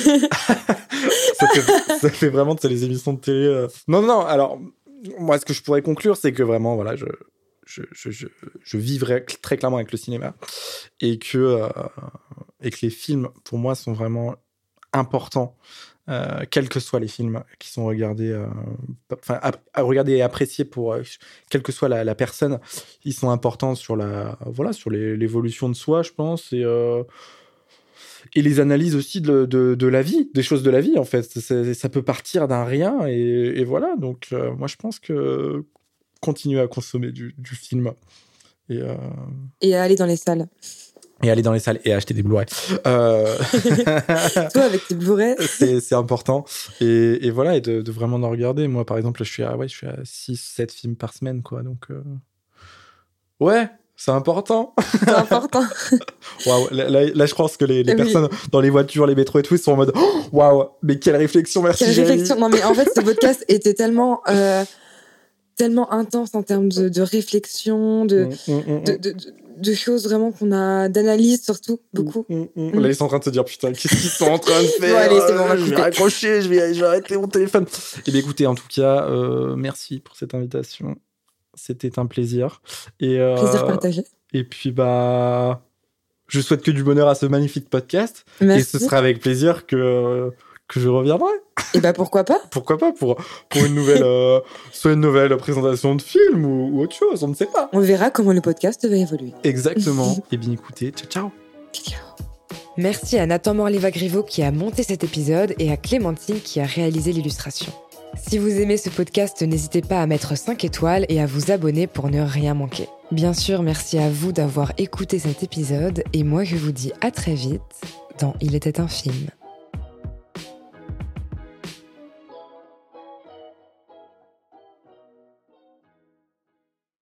fait, ça fait vraiment de les émissions de télé. Euh... Non, non, alors, moi, ce que je pourrais conclure, c'est que vraiment, voilà, je, je, je, je, je vivrais très clairement avec le cinéma et que, euh, et que les films, pour moi, sont vraiment importants. Euh, quels que soient les films qui sont regardés, euh, enfin à, à regarder et apprécier pour euh, quelle que soit la, la personne, ils sont importants sur la, voilà, sur les, l'évolution de soi, je pense, et euh, et les analyses aussi de, de, de la vie, des choses de la vie en fait. C'est, ça peut partir d'un rien et, et voilà. Donc euh, moi je pense que continuer à consommer du, du film et euh... et à aller dans les salles. Et aller dans les salles et acheter des Blu-ray. Euh... Toi, avec tes Blu-ray. c'est, c'est important. Et, et voilà, et de, de vraiment en regarder. Moi, par exemple, je suis à, ouais, je suis à six sept films par semaine, quoi. Donc, euh... ouais, c'est important. C'est important. Waouh, là, là, là, je pense que les, les oui. personnes dans les voitures, les métros et tout, ils sont en mode oh, waouh, mais quelle réflexion, merci. Quelle Jérémy. réflexion. Non, mais en fait, ce podcast était tellement. Euh... tellement intense en termes de, de réflexion, de, mmh, mmh, de, de, de, de choses vraiment qu'on a, d'analyse surtout, beaucoup. Mmh, mmh. Là, ils sont en train de se dire, putain, qu'est-ce qu'ils sont en train de faire? Bon, allez, c'est bon, on va je vais raccrocher, je vais, je vais arrêter mon téléphone. Et bien, écoutez, en tout cas, euh, merci pour cette invitation. C'était un plaisir. Et, euh, plaisir partagé. Et puis, bah, je souhaite que du bonheur à ce magnifique podcast. Merci. Et ce sera avec plaisir que... que je reviendrai. Et bah pourquoi pas. Pourquoi pas pour, pour une nouvelle, euh, soit une nouvelle présentation de film ou, ou autre chose, on ne sait pas. On verra comment le podcast va évoluer. Exactement. Et bien écoutez, ciao ciao. Ciao. Merci à Nathan Morleva-Griveau qui a monté cet épisode et à Clémentine qui a réalisé l'illustration. Si vous aimez ce podcast, n'hésitez pas à mettre cinq étoiles et à vous abonner pour ne rien manquer. Bien sûr, merci à vous d'avoir écouté cet épisode et moi je vous dis à très vite dans Il était un film.